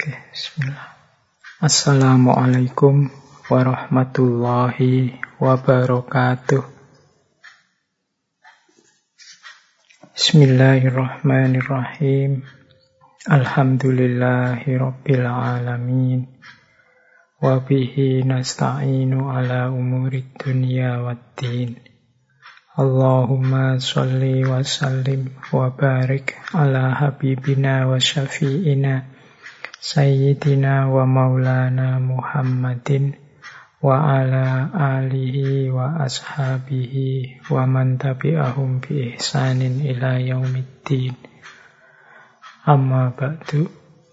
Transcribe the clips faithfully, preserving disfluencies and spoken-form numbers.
Oke, bismillah. Assalamualaikum warahmatullahi wabarakatuh. Bismillahirrahmanirrahim. Alhamdulillahi rabbil alamin. Wa bihi nasta'inu ala umurid dunya waddin. Allahumma sholli wa sallim wa barik ala habibina wa syafi'ina Sayyidina wa maulana Muhammadin wa ala alihi wa ashabihi wa man tabi'ahum bi ihsanin ila yaumiddin. Amma ba'du.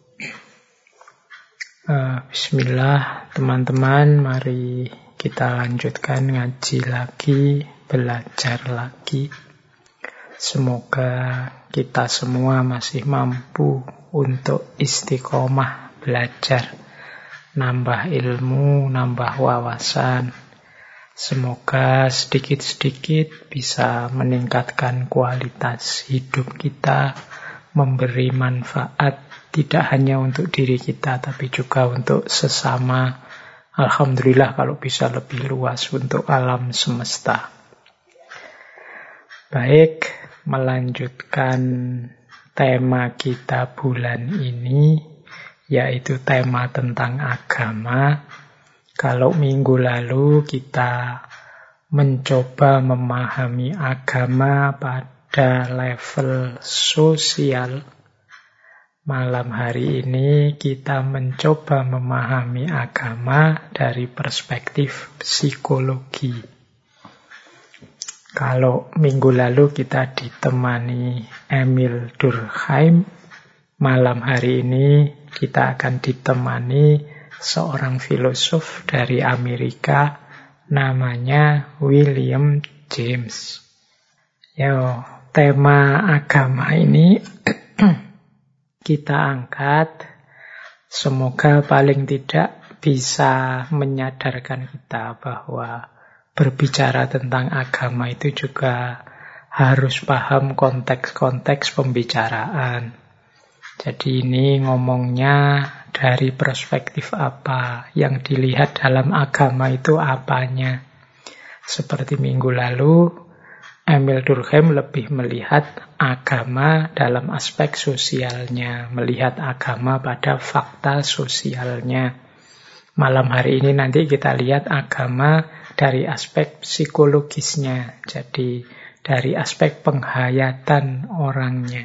uh, Bismillah teman-teman, mari kita lanjutkan ngaji lagi, belajar lagi. Semoga kita semua masih mampu untuk istiqomah belajar, nambah ilmu, nambah wawasan. Semoga sedikit-sedikit bisa meningkatkan kualitas hidup kita, memberi manfaat tidak hanya untuk diri kita, tapi juga untuk sesama. Alhamdulillah kalau bisa lebih luas untuk alam semesta. Baik, melanjutkan tema kita bulan ini, yaitu tema tentang agama. Kalau minggu lalu kita mencoba memahami agama pada level sosial, malam hari ini kita mencoba memahami agama dari perspektif psikologi. Kalau minggu lalu kita ditemani Emil Durkheim, malam hari ini kita akan ditemani seorang filosof dari Amerika namanya William James. Yo, tema agama ini kita angkat, semoga paling tidak bisa menyadarkan kita bahwa berbicara tentang agama itu juga harus paham konteks-konteks pembicaraan. Jadi ini ngomongnya dari perspektif apa, yang dilihat dalam agama itu apanya. Seperti minggu lalu, Emil Durkheim lebih melihat agama dalam aspek sosialnya, melihat agama pada fakta sosialnya. Malam hari ini nanti kita lihat agama dari aspek psikologisnya, jadi dari aspek penghayatan orangnya.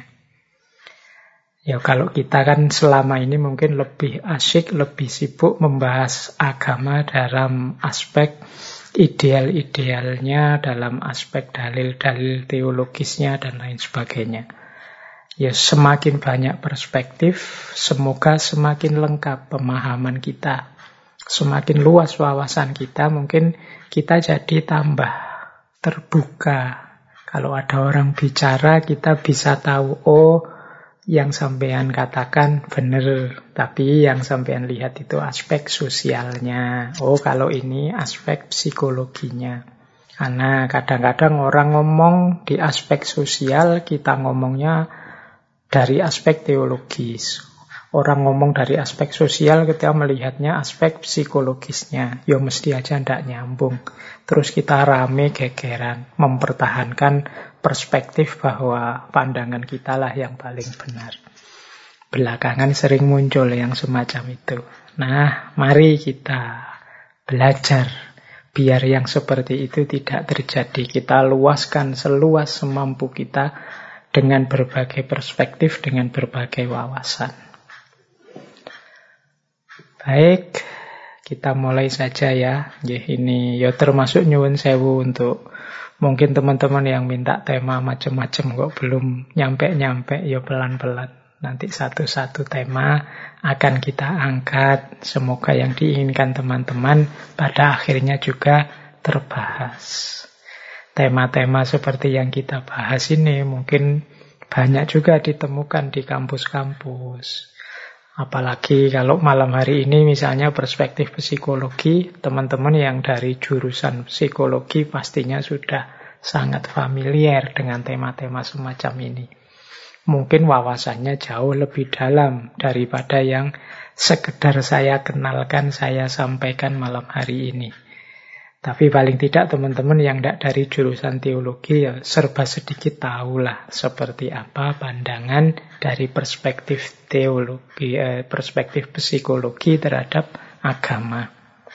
Ya kalau kita kan selama ini mungkin lebih asyik, lebih sibuk membahas agama dalam aspek ideal-idealnya, dalam aspek dalil-dalil teologisnya dan lain sebagainya. Ya semakin banyak perspektif, semoga semakin lengkap pemahaman kita. Semakin luas wawasan kita, mungkin kita jadi tambah terbuka. Kalau ada orang bicara, kita bisa tahu, oh yang sampean katakan benar, tapi yang sampean lihat itu aspek sosialnya. Oh kalau ini aspek psikologinya. Karena kadang-kadang orang ngomong di aspek sosial, kita ngomongnya dari aspek teologis. Orang ngomong dari aspek sosial, kita melihatnya aspek psikologisnya. Ya mesti aja ndak nyambung. Terus kita rame gegeran, mempertahankan perspektif bahwa pandangan kita lah yang paling benar. Belakangan sering muncul yang semacam itu. Nah, mari kita belajar biar yang seperti itu tidak terjadi. Kita luaskan seluas semampu kita dengan berbagai perspektif, dengan berbagai wawasan. Baik, kita mulai saja ya. Ini ya termasuk nyuwun sewu untuk mungkin teman-teman yang minta tema macam-macam kok belum nyampe-nyampe, ya pelan-pelan. Nanti satu-satu tema akan kita angkat. Semoga yang diinginkan teman-teman pada akhirnya juga terbahas. Tema-tema seperti yang kita bahas ini mungkin banyak juga ditemukan di kampus-kampus. Apalagi kalau malam hari ini misalnya perspektif psikologi, teman-teman yang dari jurusan psikologi pastinya sudah sangat familiar dengan tema-tema semacam ini. Mungkin wawasannya jauh lebih dalam daripada yang sekedar saya kenalkan, saya sampaikan malam hari ini. Tapi paling tidak teman-teman yang tidak dari jurusan teologi ya serba sedikit tahulah seperti apa pandangan dari perspektif teologi, eh, perspektif psikologi terhadap agama.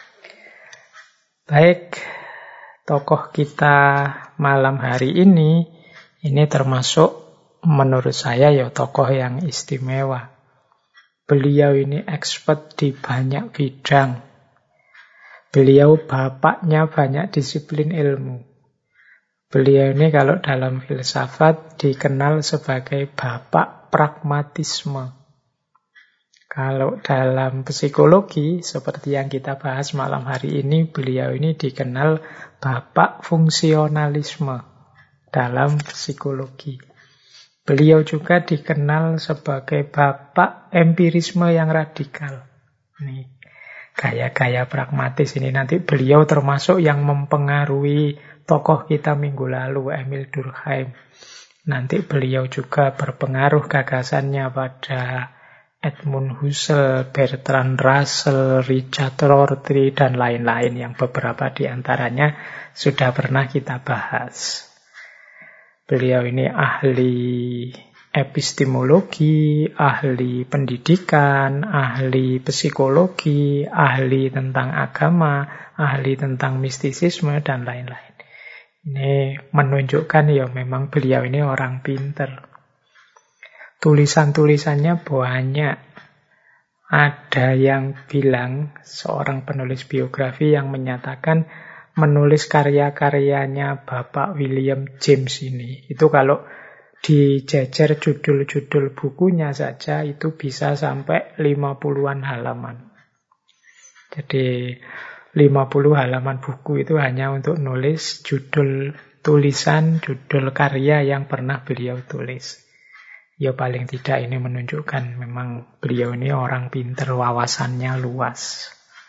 Baik, tokoh kita malam hari ini, ini termasuk menurut saya ya tokoh yang istimewa. Beliau ini expert di banyak bidang. Beliau bapaknya banyak disiplin ilmu. Beliau ini kalau dalam filsafat dikenal sebagai bapak pragmatisme. Kalau dalam psikologi, seperti yang kita bahas malam hari ini, beliau ini dikenal bapak fungsionalisme dalam psikologi. Beliau juga dikenal sebagai bapak empirisme yang radikal. Nih, gaya-gaya pragmatis ini nanti beliau termasuk yang mempengaruhi tokoh kita minggu lalu, Emil Durkheim. Nanti beliau juga berpengaruh gagasannya pada Edmund Husserl, Bertrand Russell, Richard Rorty, dan lain-lain yang beberapa di antaranya sudah pernah kita bahas. Beliau ini ahli epistemologi, ahli pendidikan, ahli psikologi, ahli tentang agama, ahli tentang mistisisme, dan lain-lain. Ini menunjukkan ya memang beliau ini orang pinter. Tulisan-tulisannya banyak. Ada yang bilang, seorang penulis biografi yang menyatakan menulis karya-karyanya Bapak William James ini, itu kalau dijejer judul-judul bukunya saja itu bisa sampai lima puluhan halaman. Jadi lima puluh halaman buku itu hanya untuk nulis judul tulisan, judul karya yang pernah beliau tulis. Ya paling tidak ini menunjukkan memang beliau ini orang pinter, wawasannya luas.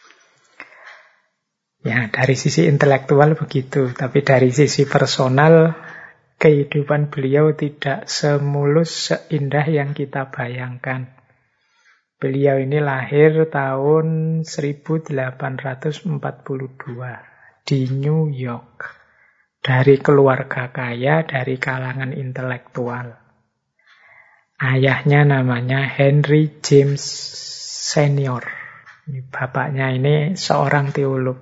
Ya dari sisi intelektual begitu, tapi dari sisi personal kehidupan beliau tidak semulus seindah yang kita bayangkan. Beliau ini lahir tahun seribu delapan ratus empat puluh dua di New York. Dari keluarga kaya, dari kalangan intelektual. Ayahnya namanya Henry James Senior. Bapaknya ini seorang teolog.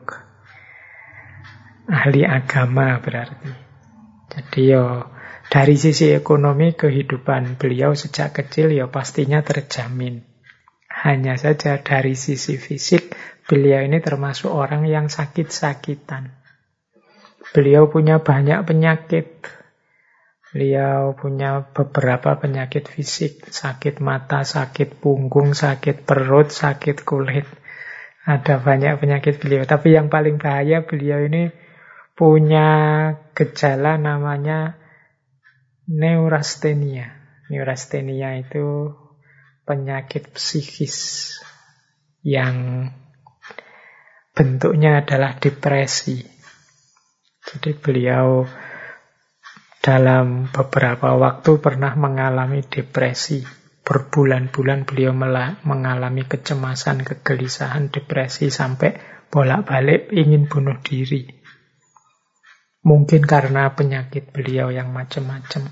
Ahli agama berarti. Jadi yo dari sisi ekonomi kehidupan beliau sejak kecil ya pastinya terjamin. Hanya saja dari sisi fisik beliau ini termasuk orang yang sakit-sakitan. Beliau punya banyak penyakit. Beliau punya beberapa penyakit fisik, sakit mata, sakit punggung, sakit perut, sakit kulit. Ada banyak penyakit beliau. Tapi yang paling bahaya beliau ini punya gejala namanya neurastenia. Neurastenia itu penyakit psikis yang bentuknya adalah depresi. Jadi beliau dalam beberapa waktu pernah mengalami depresi. Berbulan-bulan beliau mengalami kecemasan, kegelisahan, depresi sampai bolak-balik ingin bunuh diri. Mungkin karena penyakit beliau yang macam-macam.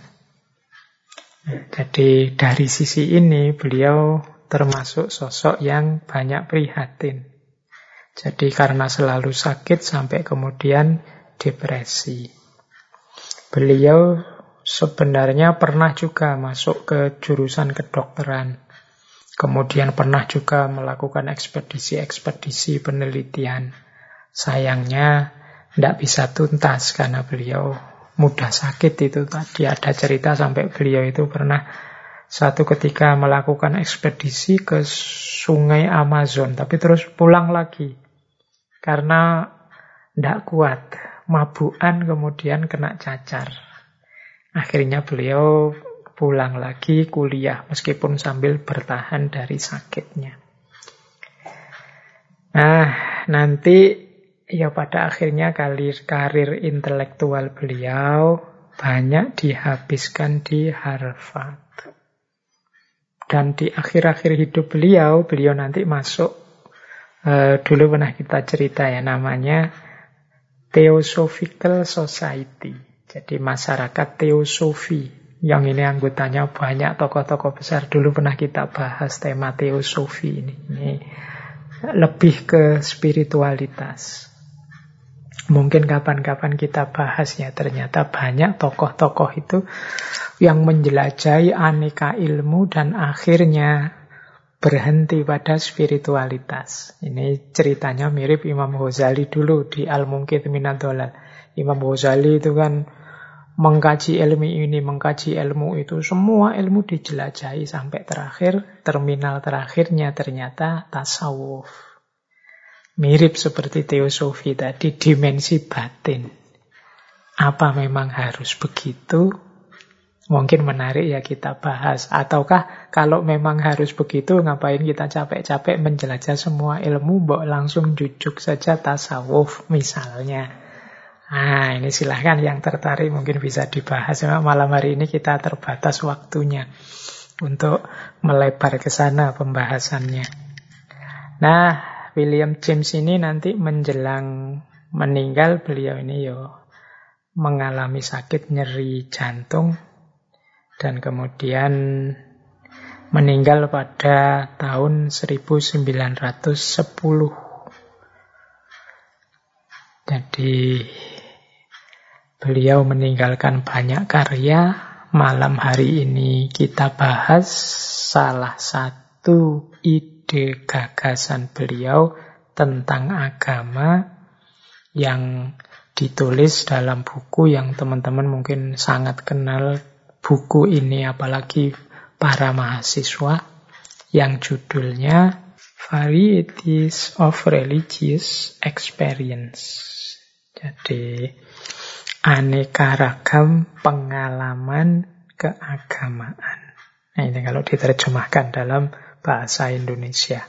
Jadi dari sisi ini beliau termasuk sosok yang banyak prihatin. Jadi karena selalu sakit sampai kemudian depresi. Beliau sebenarnya pernah juga masuk ke jurusan kedokteran. Kemudian pernah juga melakukan ekspedisi-ekspedisi penelitian. Sayangnya tidak bisa tuntas karena beliau mudah sakit itu tadi. Ada cerita sampai beliau itu pernah satu ketika melakukan ekspedisi ke sungai Amazon. Tapi terus pulang lagi. Karena tidak kuat. Mabukan kemudian kena cacar. Akhirnya beliau pulang lagi kuliah meskipun sambil bertahan dari sakitnya. Nah, nanti ya pada akhirnya karir, karir intelektual beliau banyak dihabiskan di Harvard. Dan di akhir-akhir hidup beliau, beliau nanti masuk, uh, dulu pernah kita cerita ya, namanya Theosophical Society. Jadi masyarakat teosofi. Yang ini anggotanya banyak tokoh-tokoh besar. Dulu pernah kita bahas tema teosofi ini. Ini lebih ke spiritualitas. Mungkin kapan-kapan kita bahas ya. Ternyata banyak tokoh-tokoh itu yang menjelajahi aneka ilmu dan akhirnya berhenti pada spiritualitas. Ini ceritanya mirip Imam Ghazali dulu di Al-Munqidh Minad Dhalal. Imam Ghazali itu kan mengkaji ilmu ini, mengkaji ilmu itu, semua ilmu dijelajahi sampai terakhir, terminal terakhirnya ternyata tasawuf. Mirip seperti teosofi tadi, dimensi batin. Apa memang harus begitu? Mungkin menarik ya kita bahas. Ataukah kalau memang harus begitu, ngapain kita capek-capek menjelajah semua ilmu, mbok langsung jujuk saja tasawuf misalnya. Nah, ini silahkan yang tertarik mungkin bisa dibahas. Malam hari ini kita terbatas waktunya untuk melebar ke sana pembahasannya. Nah, William James ini nanti menjelang meninggal, beliau ini yo mengalami sakit nyeri jantung dan kemudian meninggal pada tahun seribu sembilan ratus sepuluh. Jadi beliau meninggalkan banyak karya. Malam hari ini kita bahas salah satu ide gagasan beliau tentang agama yang ditulis dalam buku yang teman-teman mungkin sangat kenal buku ini, apalagi para mahasiswa, yang judulnya Varieties of Religious Experience. Jadi aneka ragam pengalaman keagamaan. Nah, ini kalau diterjemahkan dalam bahasa Indonesia.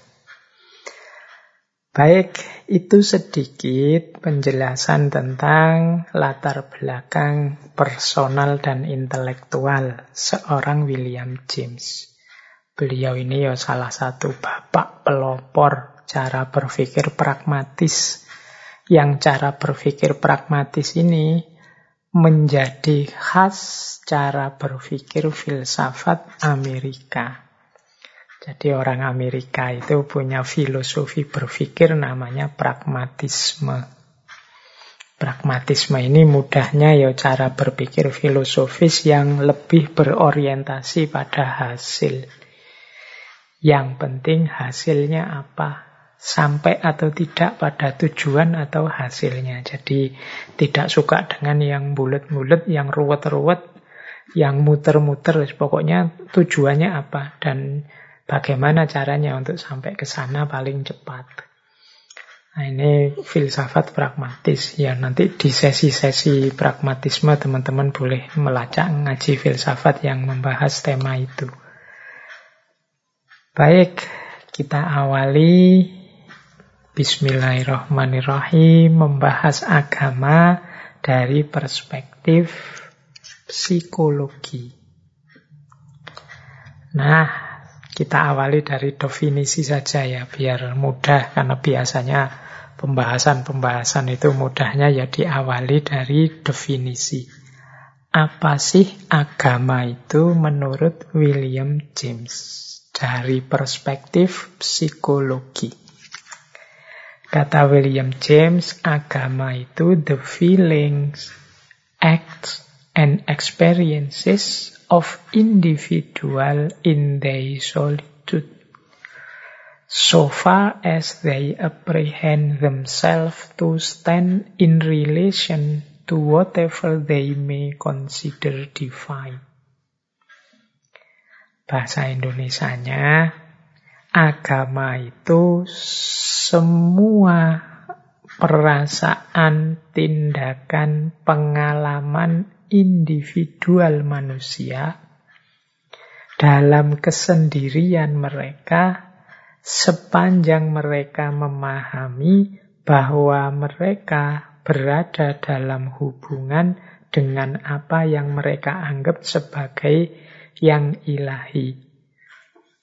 Baik, itu sedikit penjelasan tentang latar belakang personal dan intelektual seorang William James. Beliau ini ya salah satu bapak pelopor cara berpikir pragmatis. Yang cara berpikir pragmatis ini menjadi khas cara berpikir filsafat Amerika. Jadi orang Amerika itu punya filosofi berpikir namanya pragmatisme. Pragmatisme ini mudahnya ya cara berpikir filosofis yang lebih berorientasi pada hasil. Yang penting hasilnya apa? Sampai atau tidak pada tujuan atau hasilnya. Jadi tidak suka dengan yang bulet-bulet, yang ruwet-ruwet, yang muter-muter. Pokoknya tujuannya apa dan bagaimana caranya untuk sampai ke sana paling cepat. Nah, ini filsafat pragmatis. Ya, nanti di sesi-sesi pragmatisme teman-teman boleh melacak ngaji filsafat yang membahas tema itu. Baik, kita awali Bismillahirrahmanirrahim membahas agama dari perspektif psikologi. Nah, kita awali dari definisi saja ya, biar mudah, karena biasanya pembahasan-pembahasan itu mudahnya ya diawali dari definisi. Apa sih agama itu menurut William James? Dari perspektif psikologi. Kata William James, agama itu the feelings, acts, and experiences of individual in their solitude, so far as they apprehend themselves to stand in relation to whatever they may consider divine. Bahasa Indonesianya, agama itu semua perasaan, tindakan, pengalaman individual manusia dalam kesendirian mereka sepanjang mereka memahami bahwa mereka berada dalam hubungan dengan apa yang mereka anggap sebagai yang ilahi.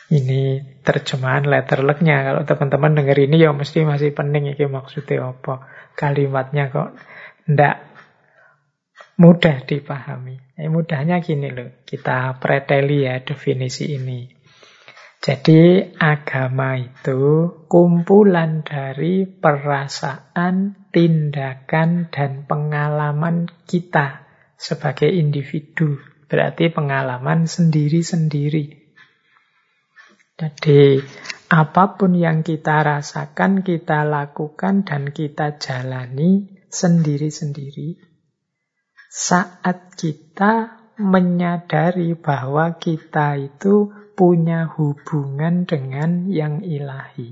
Ini terjemahan letterluck-nya. Kalau teman-teman dengar ini ya mesti masih pening iki maksudnya apa. Kalimatnya kok ndak mudah dipahami. Eh, mudahnya gini loh, kita preteli ya definisi ini. Jadi agama itu kumpulan dari perasaan, tindakan, dan pengalaman kita sebagai individu. Berarti pengalaman sendiri-sendiri. Jadi apapun yang kita rasakan, kita lakukan, dan kita jalani sendiri-sendiri. Saat kita menyadari bahwa kita itu punya hubungan dengan yang ilahi.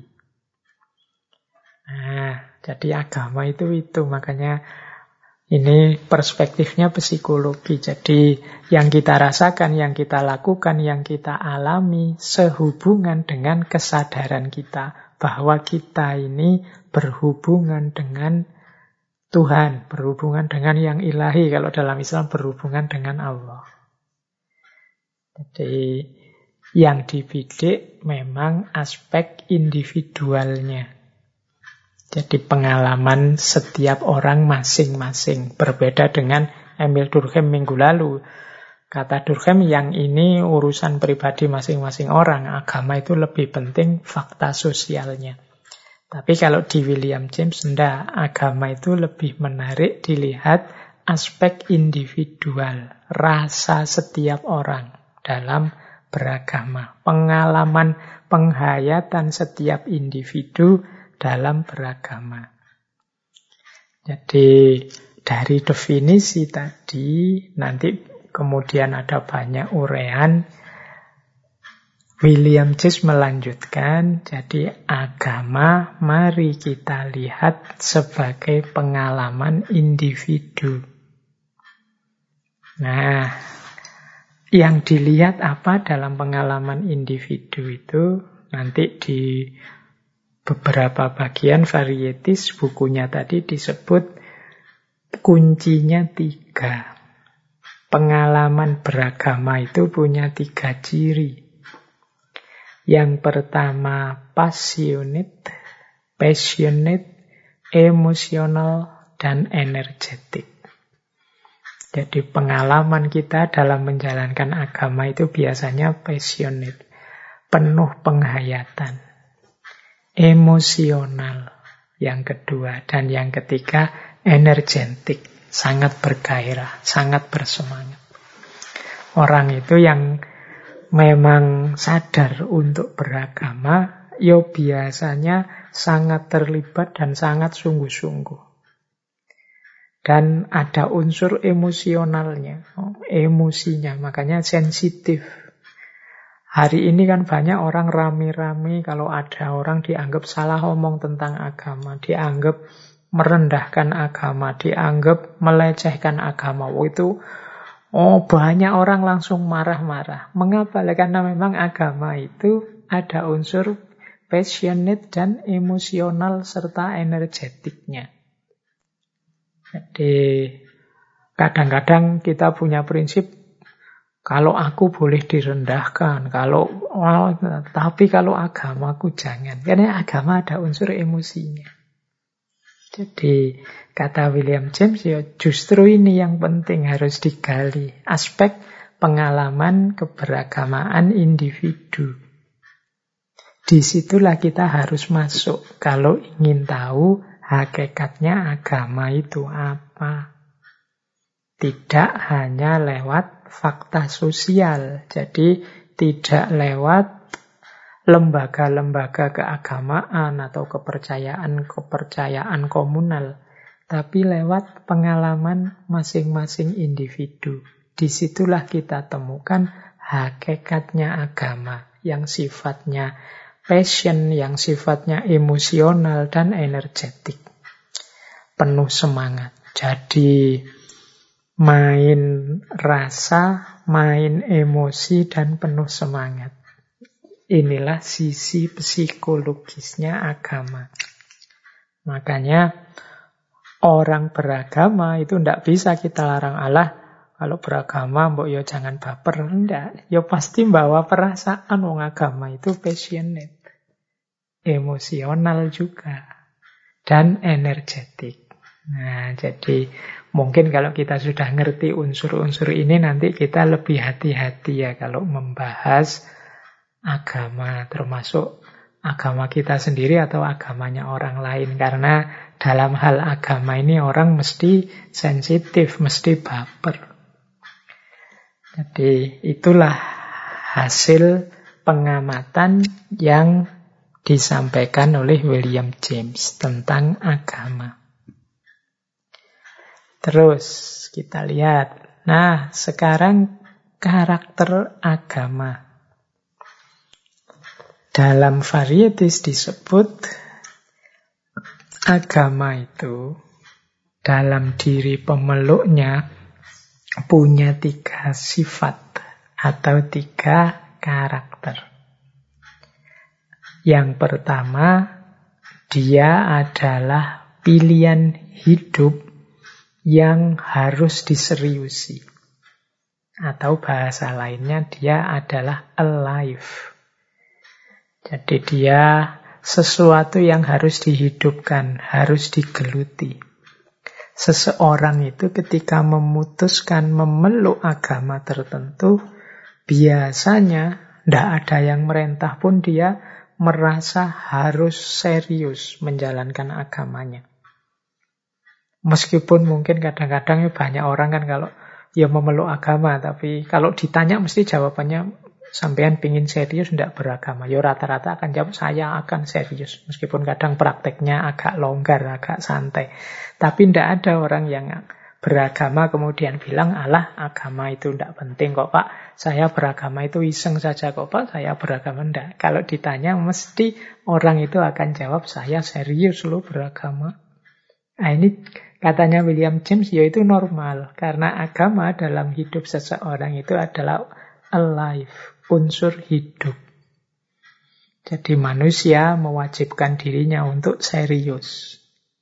Nah, jadi agama itu itu. Makanya ini perspektifnya psikologi. Jadi yang kita rasakan, yang kita lakukan, yang kita alami sehubungan dengan kesadaran kita bahwa kita ini berhubungan dengan Tuhan, berhubungan dengan yang ilahi. Kalau dalam Islam berhubungan dengan Allah. Jadi yang dibidik memang aspek individualnya. Jadi pengalaman setiap orang masing-masing. Berbeda dengan Emil Durkheim minggu lalu. Kata Durkheim, yang ini urusan pribadi masing-masing orang. Agama itu lebih penting fakta sosialnya. Tapi kalau di William James, enggak. Agama itu lebih menarik dilihat aspek individual. Rasa setiap orang dalam beragama. Pengalaman penghayatan setiap individu dalam beragama. Jadi dari definisi tadi nanti kemudian ada banyak uraian. William James melanjutkan, jadi agama mari kita lihat sebagai pengalaman individu. Nah, yang dilihat apa dalam pengalaman individu itu nanti di beberapa bagian varieties bukunya tadi disebut kuncinya tiga. Pengalaman beragama itu punya tiga ciri. Yang pertama passionate, passionate, emosional, dan energetik. Jadi pengalaman kita dalam menjalankan agama itu biasanya passionate, penuh penghayatan. Emosional yang kedua, dan yang ketiga energetik, sangat bergairah, sangat bersemangat. Orang itu yang memang sadar untuk beragama, yo biasanya sangat terlibat dan sangat sungguh-sungguh. Dan ada unsur emosionalnya, emosinya, makanya sensitif. Hari ini kan banyak orang rame-rame kalau ada orang dianggap salah ngomong tentang agama, dianggap merendahkan agama, dianggap melecehkan agama. Oh, itu oh banyak orang langsung marah-marah. Mengapa? Karena memang agama itu ada unsur passionate dan emosional serta energetiknya. Jadi kadang-kadang kita punya prinsip kalau aku boleh direndahkan, kalau oh, tapi kalau agamaku jangan. Karena agama ada unsur emosinya. Jadi kata William James, ya justru ini yang penting harus digali. Aspek pengalaman keberagamaan individu. Disitulah kita harus masuk kalau ingin tahu hakikatnya agama itu apa. Tidak hanya lewat fakta sosial. Jadi tidak lewat lembaga-lembaga keagamaan atau kepercayaan-kepercayaan komunal. Tapi lewat pengalaman masing-masing individu. Disitulah kita temukan hakikatnya agama. Yang sifatnya passion, yang sifatnya emosional dan energetik. Penuh semangat. Jadi main rasa, main emosi, dan penuh semangat. Inilah sisi psikologisnya agama. Makanya orang beragama itu tidak bisa kita larang Allah, Kalau beragama, mbok yo jangan baper. Enggak, yo pasti bawa perasaan. Wong agama itu passionate, emosional juga, dan energetik. Nah, jadi mungkin kalau kita sudah ngerti unsur-unsur ini, nanti kita lebih hati-hati ya kalau membahas agama, termasuk agama kita sendiri atau agamanya orang lain. Karena dalam hal agama ini orang mesti sensitif, mesti baper. Jadi itulah hasil pengamatan yang disampaikan oleh William James tentang agama. Terus kita lihat. Nah, sekarang karakter agama. Dalam Varieties disebut agama itu dalam diri pemeluknya punya tiga sifat atau tiga karakter. Yang pertama, dia adalah pilihan hidup yang harus diseriusi. Atau bahasa lainnya, dia adalah alive. Jadi dia sesuatu yang harus dihidupkan, harus digeluti. Seseorang itu ketika memutuskan memeluk agama tertentu, biasanya tidak ada yang merentah pun dia merasa harus serius menjalankan agamanya. Meskipun mungkin kadang-kadang banyak orang kan kalau ya memeluk agama, tapi kalau ditanya mesti jawabannya, sampean pingin serius tidak beragama? Ya rata-rata akan jawab, saya akan serius. Meskipun kadang prakteknya agak longgar, agak santai. Tapi tidak ada orang yang beragama kemudian bilang, alah agama itu tidak penting kok Pak. Saya beragama itu iseng saja kok Pak. Saya beragama tidak. Kalau ditanya mesti orang itu akan jawab, saya serius loh beragama. Nah ini katanya William James, yaitu normal. Karena agama dalam hidup seseorang itu adalah alive, unsur hidup. Jadi manusia mewajibkan dirinya untuk serius.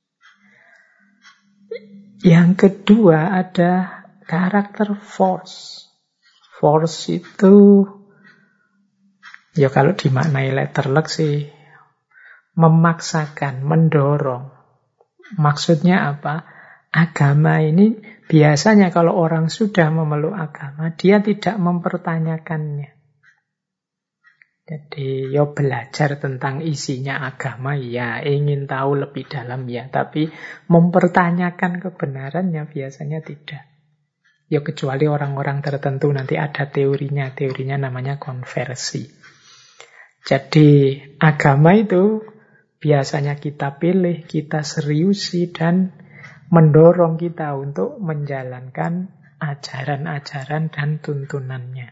Yang kedua ada karakter force. Force itu, ya kalau dimaknai letterlek sih, memaksakan, mendorong. Maksudnya apa? Agama ini biasanya kalau orang sudah memeluk agama, dia tidak mempertanyakannya. Jadi, ya belajar tentang isinya agama, ya ingin tahu lebih dalam, ya. Tapi mempertanyakan kebenarannya biasanya tidak. Ya kecuali orang-orang tertentu nanti ada teorinya, teorinya namanya konversi. Jadi, agama itu biasanya kita pilih, kita seriusi, dan mendorong kita untuk menjalankan ajaran-ajaran dan tuntunannya.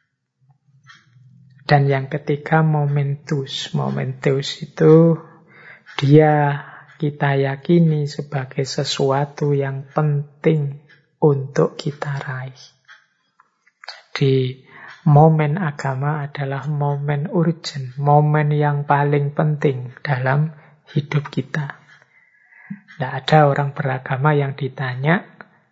Dan yang ketiga momentus. Momentus itu dia kita yakini sebagai sesuatu yang penting untuk kita raih. Jadi momen agama adalah momen urgent, momen yang paling penting dalam hidup kita. Tidak ada orang beragama yang ditanya,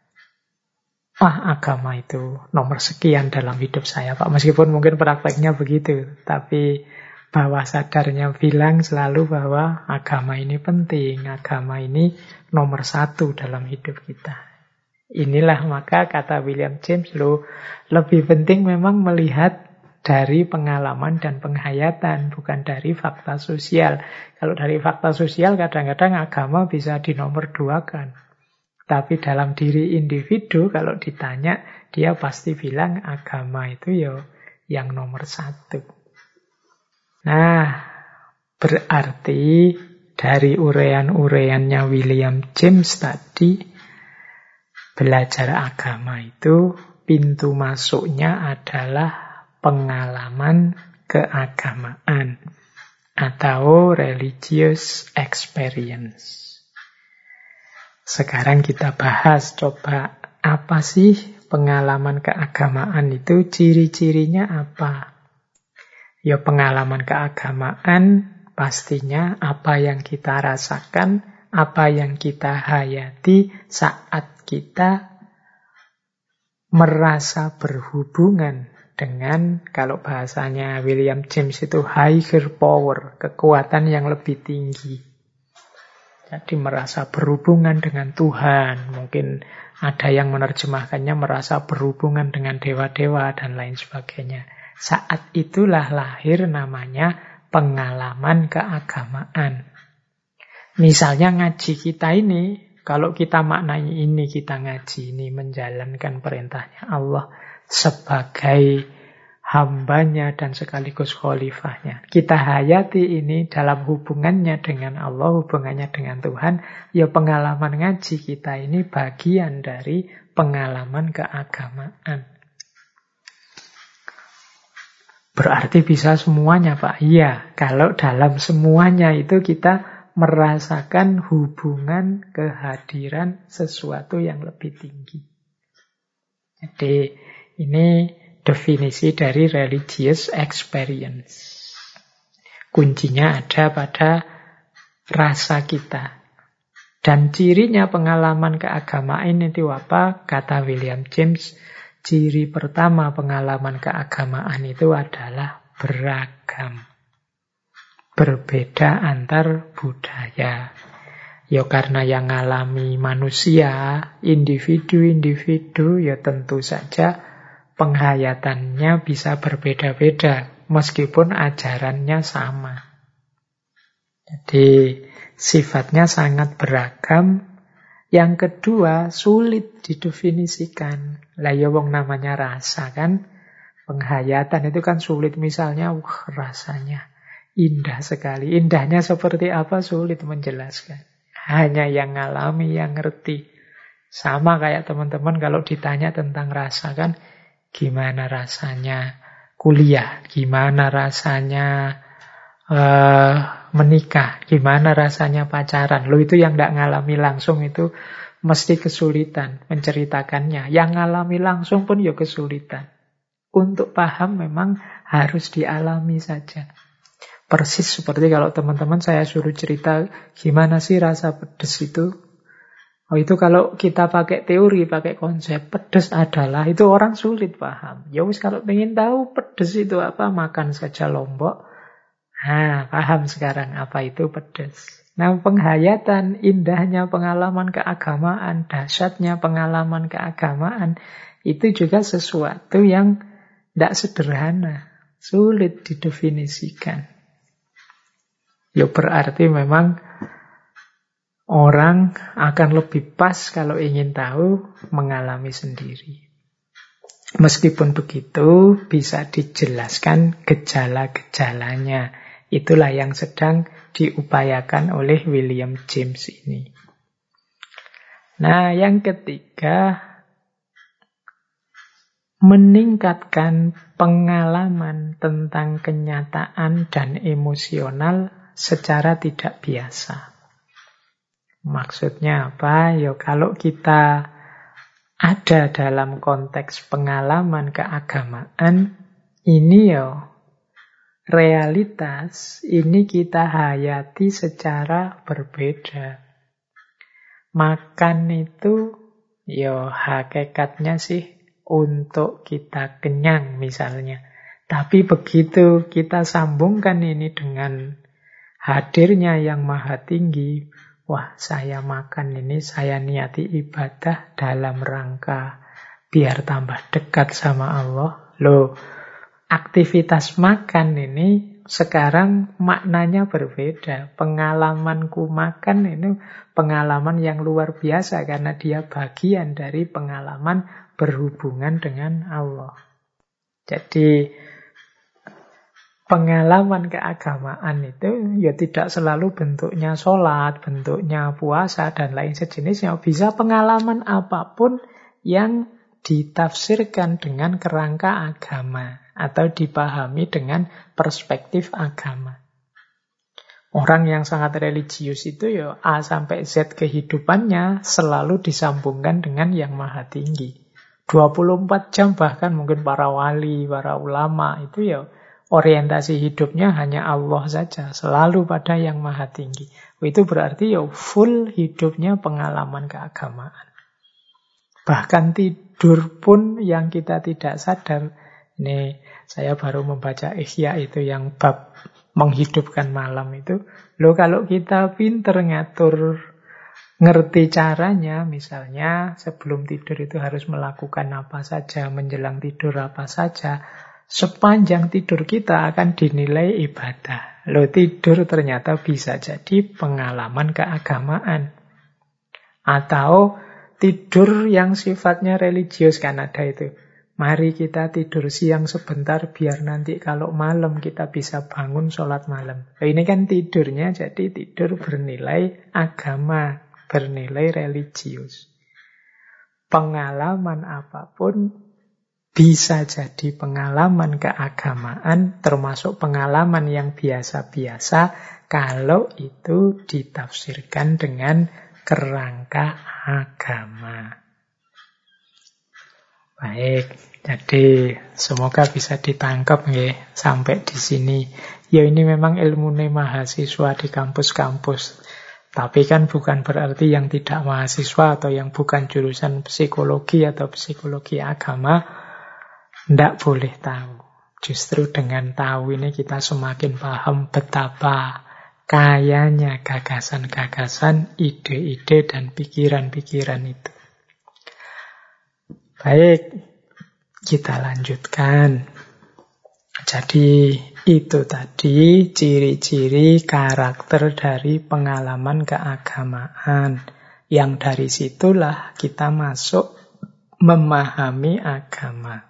ah agama itu nomor sekian dalam hidup saya Pak. Meskipun mungkin prakteknya begitu, tapi bawah sadarnya bilang selalu bahwa agama ini penting, agama ini nomor satu dalam hidup kita. Inilah maka kata William James, loh, lebih penting memang melihat dari pengalaman dan penghayatan, bukan dari fakta sosial. Kalau dari fakta sosial kadang-kadang agama bisa dinomor duakan. Tapi dalam diri individu kalau ditanya, dia pasti bilang agama itu ya yang nomor satu. Nah, berarti dari urean-ureannya William James tadi, belajar agama itu pintu masuknya adalah pengalaman keagamaan atau religious experience. Sekarang kita bahas coba apa sih pengalaman keagamaan itu, ciri-cirinya apa? Ya pengalaman keagamaan pastinya apa yang kita rasakan, apa yang kita hayati saat kita merasa berhubungan dengan, kalau bahasanya William James itu higher power, kekuatan yang lebih tinggi. Jadi merasa berhubungan dengan Tuhan. Mungkin ada yang menerjemahkannya merasa berhubungan dengan dewa-dewa dan lain sebagainya. Saat itulah lahir namanya pengalaman keagamaan. Misalnya ngaji kita ini, kalau kita maknai ini, kita ngaji ini menjalankan perintahnya Allah sebagai hambanya dan sekaligus khalifahnya. Kita hayati ini dalam hubungannya dengan Allah, hubungannya dengan Tuhan. Ya pengalaman ngaji kita ini bagian dari pengalaman keagamaan. Berarti bisa semuanya, Pak? Iya, kalau dalam semuanya itu kita merasakan hubungan kehadiran sesuatu yang lebih tinggi. Jadi ini definisi dari religious experience. Kuncinya ada pada rasa kita. Dan cirinya pengalaman keagamaan itu apa? Kata William James, ciri pertama pengalaman keagamaan itu adalah beragam. Berbeda antar budaya. Ya karena yang ngalami manusia, individu-individu, ya tentu saja penghayatannya bisa berbeda-beda, meskipun ajarannya sama. Jadi sifatnya sangat beragam. Yang kedua, sulit didefinisikan. Lah ya wong namanya rasa kan. Penghayatan itu kan sulit. Misalnya, wah rasanya indah sekali. Indahnya seperti apa sulit menjelaskan. Hanya yang ngalami, yang ngerti. Sama kayak teman-teman kalau ditanya tentang rasa kan, gimana rasanya kuliah, gimana rasanya uh, menikah, gimana rasanya pacaran. Lo itu yang tidak ngalami langsung itu mesti kesulitan menceritakannya. Yang ngalami langsung pun ya kesulitan. Untuk paham memang harus dialami saja. Persis seperti kalau teman-teman saya suruh cerita gimana sih rasa pedes itu. Oh itu kalau kita pakai teori, pakai konsep, pedes adalah, itu orang sulit paham. Ya wis kalau pengen tahu pedes itu apa, makan saja lombok. Nah, paham sekarang apa itu pedes. Nah, penghayatan, indahnya pengalaman keagamaan, dahsyatnya pengalaman keagamaan, itu juga sesuatu yang tidak sederhana, sulit didefinisikan. Ya berarti memang orang akan lebih pas kalau ingin tahu mengalami sendiri. Meskipun begitu, bisa dijelaskan gejala-gejalanya. Itulah yang sedang diupayakan oleh William James ini. Nah, yang ketiga, meningkatkan pengalaman tentang kenyataan dan emosional secara tidak biasa. Maksudnya apa? Ya kalau kita ada dalam konteks pengalaman keagamaan, ini ya realitas, ini kita hayati secara berbeda. Makan itu ya hakikatnya sih untuk kita kenyang misalnya. Tapi begitu kita sambungkan ini dengan hadirnya yang maha tinggi, wah saya makan ini, saya niati ibadah dalam rangka biar tambah dekat sama Allah. Loh, aktivitas makan ini sekarang maknanya berbeda. Pengalamanku makan ini pengalaman yang luar biasa karena dia bagian dari pengalaman berhubungan dengan Allah. Jadi pengalaman keagamaan itu ya tidak selalu bentuknya sholat, bentuknya puasa, dan lain sejenisnya. Bisa pengalaman apapun yang ditafsirkan dengan kerangka agama atau dipahami dengan perspektif agama. Orang yang sangat religius itu ya A sampai Z kehidupannya selalu disambungkan dengan yang maha tinggi. dua puluh empat jam bahkan mungkin para wali, para ulama itu ya orientasi hidupnya hanya Allah saja, selalu pada yang maha tinggi. Itu berarti ya full hidupnya pengalaman keagamaan. Bahkan tidur pun yang kita tidak sadar. Ini saya baru membaca Ihya itu yang bab menghidupkan malam itu. Loh kalau kita pinter ngatur, ngerti caranya, misalnya sebelum tidur itu harus melakukan apa saja, menjelang tidur apa saja, sepanjang tidur kita akan dinilai ibadah. Loh tidur ternyata bisa jadi pengalaman keagamaan. Atau tidur yang sifatnya religius, kan ada itu. Mari kita tidur siang sebentar biar nanti kalau malam kita bisa bangun sholat malam. Nah, ini kan tidurnya jadi tidur bernilai agama, bernilai religius. Pengalaman apapun bisa jadi pengalaman keagamaan, termasuk pengalaman yang biasa-biasa kalau itu ditafsirkan dengan kerangka agama. Baik, jadi semoga bisa ditangkap nggih sampai di sini. Ya ini memang ilmune mahasiswa di kampus-kampus. Tapi kan bukan berarti yang tidak mahasiswa atau yang bukan jurusan psikologi atau psikologi agama ndak boleh tahu. Justru dengan tahu ini kita semakin paham betapa kayanya gagasan-gagasan, ide-ide dan pikiran-pikiran itu. Baik, kita lanjutkan. Jadi itu tadi ciri-ciri karakter dari pengalaman keagamaan. Yang dari situlah kita masuk memahami agama.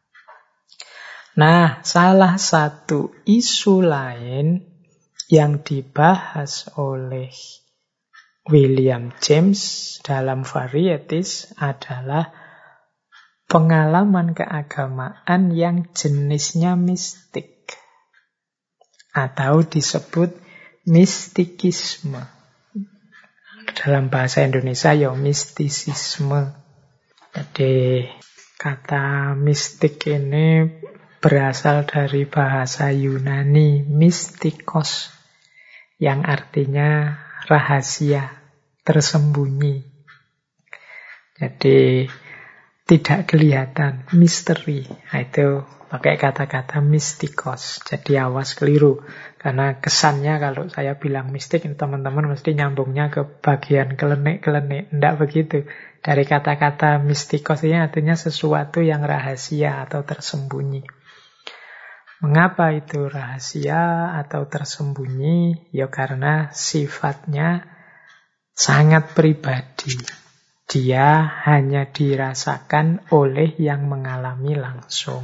Nah, salah satu isu lain yang dibahas oleh William James dalam Varieties adalah pengalaman keagamaan yang jenisnya mistik atau disebut mistikisme. Dalam bahasa Indonesia ya mistisisme. Jadi kata mistik ini berasal dari bahasa Yunani mistikos yang artinya rahasia, tersembunyi. Jadi tidak kelihatan, misteri. Nah, itu pakai kata-kata mistikos. Jadi awas keliru. Karena kesannya kalau saya bilang mistik, teman-teman mesti nyambungnya ke bagian kelenik-kelenik. Tidak begitu. Dari kata-kata mistikos ini artinya sesuatu yang rahasia atau tersembunyi. Mengapa itu rahasia atau tersembunyi? Ya karena sifatnya sangat pribadi. Dia hanya dirasakan oleh yang mengalami langsung.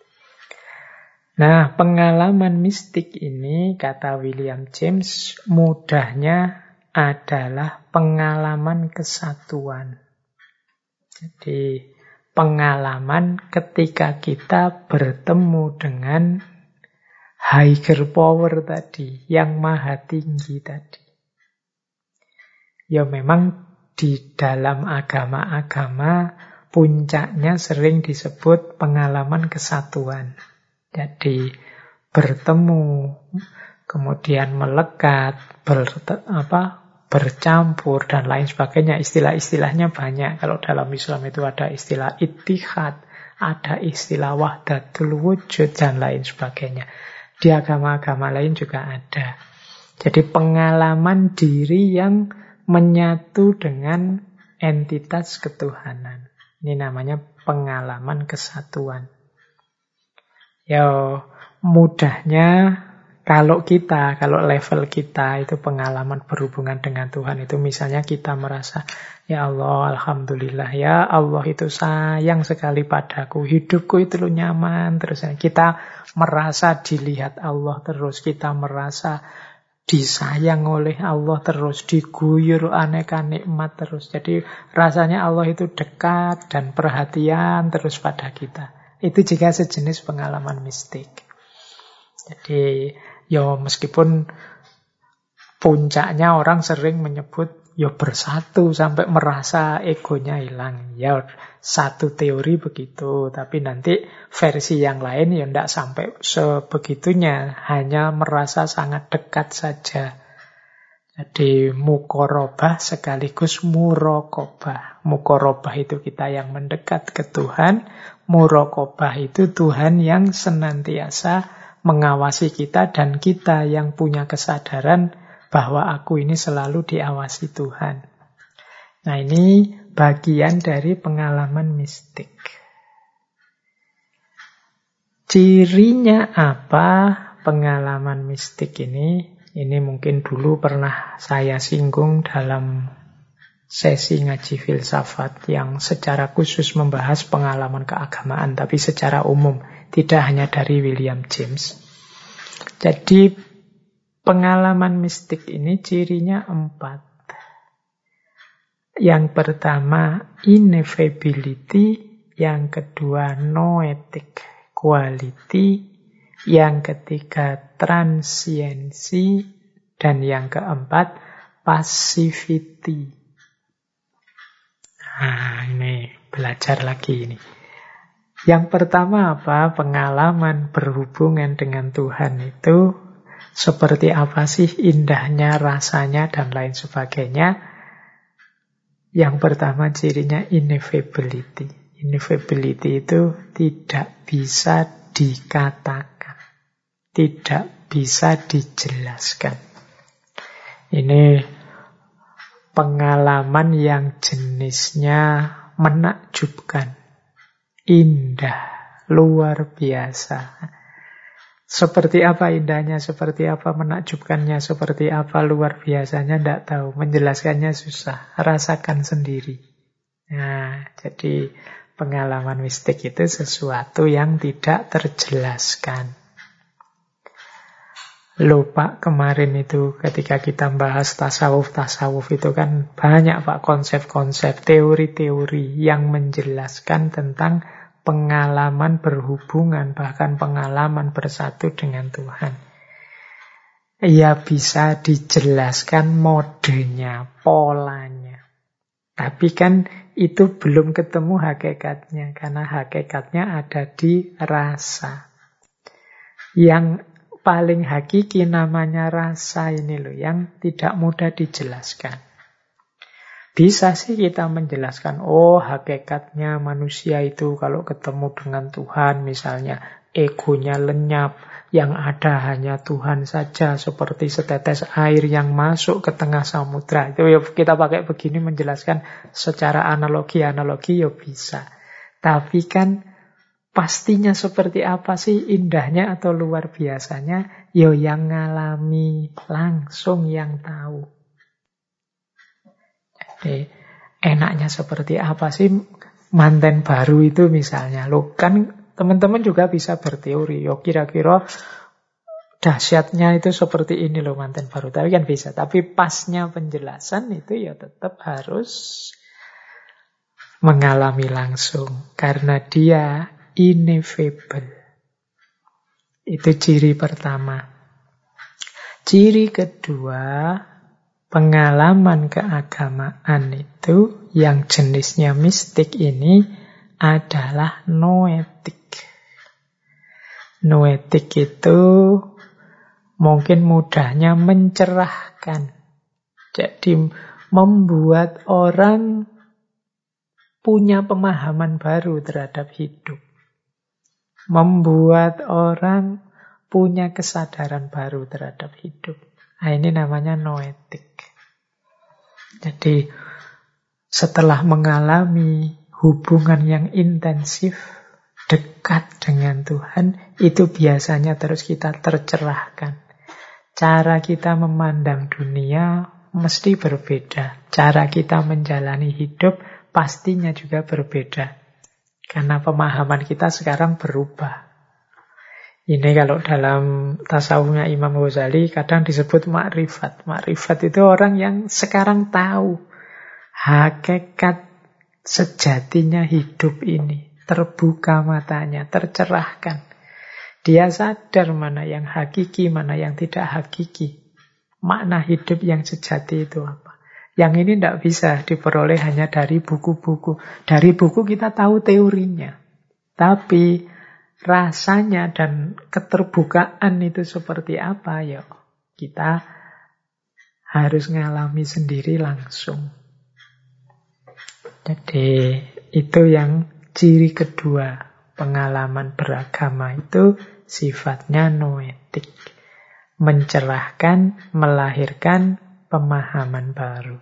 Nah, pengalaman mistik ini, kata William James, mudahnya adalah pengalaman kesatuan. Jadi, pengalaman ketika kita bertemu dengan higher power tadi, yang maha tinggi tadi. Ya memang di dalam agama-agama puncaknya sering disebut pengalaman kesatuan. Jadi bertemu, kemudian melekat, ber, apa, bercampur dan lain sebagainya. Istilah-istilahnya banyak. Kalau dalam Islam itu ada istilah ittihad, ada istilah wahdatul wujud dan lain sebagainya. Di agama-agama lain juga ada. Jadi pengalaman diri yang menyatu dengan entitas ketuhanan. Ini namanya pengalaman kesatuan. Ya, mudahnya kalau kita, kalau level kita itu pengalaman berhubungan dengan Tuhan itu misalnya kita merasa, ya Allah, alhamdulillah, ya Allah itu sayang sekali padaku, hidupku itu lo nyaman terus. Kita merasa dilihat Allah terus, kita merasa disayang oleh Allah terus, diguyur aneka nikmat terus. Jadi rasanya Allah itu dekat dan perhatian terus pada kita. Itu jika sejenis pengalaman mistik. Jadi ya meskipun puncaknya orang sering menyebut ya bersatu sampai merasa egonya hilang. Ya satu teori begitu, tapi nanti versi yang lain ya tidak sampai sebegitunya, hanya merasa sangat dekat saja. Jadi mukorobah sekaligus murokobah. Mukorobah itu kita yang mendekat ke Tuhan. Murokobah itu Tuhan yang senantiasa mengawasi kita dan kita yang punya kesadaran bahwa aku ini selalu diawasi Tuhan. Nah, ini bagian dari pengalaman mistik. Cirinya apa pengalaman mistik ini? Ini mungkin dulu pernah saya singgung dalam sesi ngaji filsafat yang secara khusus membahas pengalaman keagamaan, tapi secara umum, tidak hanya dari William James. Jadi pengalaman mistik ini cirinya empat. Yang pertama ineffability, yang kedua noetic quality, yang ketiga transiensi, dan yang keempat passivity. Nah, ini belajar lagi ini. Yang pertama apa? Pengalaman berhubungan dengan Tuhan itu seperti apa sih indahnya, rasanya, dan lain sebagainya. Yang pertama cirinya ineffability. Ineffability itu tidak bisa dikatakan, tidak bisa dijelaskan. Ini pengalaman yang jenisnya menakjubkan, indah, luar biasa. Seperti apa indahnya, seperti apa menakjubkannya, seperti apa luar biasanya, tidak tahu. Menjelaskannya susah, rasakan sendiri. Nah, jadi pengalaman mistik itu sesuatu yang tidak terjelaskan. Loh Pak, kemarin itu ketika kita bahas tasawuf-tasawuf itu kan banyak Pak konsep-konsep, teori-teori yang menjelaskan tentang pengalaman berhubungan, bahkan pengalaman bersatu dengan Tuhan. Ya bisa dijelaskan modenya, polanya. Tapi kan itu belum ketemu hakikatnya, karena hakikatnya ada di rasa. Yang paling hakiki namanya rasa ini loh, yang tidak mudah dijelaskan. Bisa sih kita menjelaskan, oh hakikatnya manusia itu kalau ketemu dengan Tuhan, misalnya egonya lenyap, yang ada hanya Tuhan saja, seperti setetes air yang masuk ke tengah samudra. Itu ya kita pakai begini menjelaskan secara analogi-analogi ya bisa. Tapi kan pastinya seperti apa sih indahnya atau luar biasanya? Yo yang ngalami langsung yang tahu. Jadi enaknya seperti apa sih manten baru itu misalnya? Loh kan teman-teman juga bisa berteori. Yo kira-kira dahsyatnya itu seperti ini loh manten baru. Tapi kan bisa. Tapi pasnya penjelasan itu ya tetap harus mengalami langsung. Karena dia ineffable. Itu ciri pertama. Ciri kedua, pengalaman keagamaan itu yang jenisnya mistik ini adalah noetik. Noetik itu mungkin mudahnya mencerahkan. Jadi membuat orang punya pemahaman baru terhadap hidup. Membuat orang punya kesadaran baru terhadap hidup. Nah, ini namanya noetik. Jadi setelah mengalami hubungan yang intensif, dekat dengan Tuhan, itu biasanya terus kita tercerahkan. Cara kita memandang dunia mesti berbeda. Cara kita menjalani hidup pastinya juga berbeda. Karena pemahaman kita sekarang berubah. Ini kalau dalam tasawufnya Imam Ghazali kadang disebut makrifat. Makrifat itu orang yang sekarang tahu hakikat sejatinya hidup ini. Terbuka matanya, tercerahkan. Dia sadar mana yang hakiki, mana yang tidak hakiki. Makna hidup yang sejati itu apa. Yang ini tidak bisa diperoleh hanya dari buku-buku. Dari buku kita tahu teorinya. Tapi rasanya dan keterbukaan itu seperti apa, ya kita harus ngalami sendiri langsung. Jadi itu yang ciri kedua, pengalaman beragama itu sifatnya noetik. Mencerahkan, melahirkan pemahaman baru.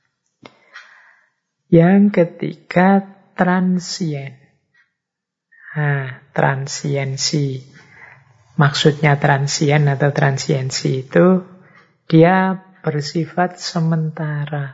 Yang ketiga, transien. Nah, transiensi. Maksudnya transien atau transiensi itu dia bersifat sementara.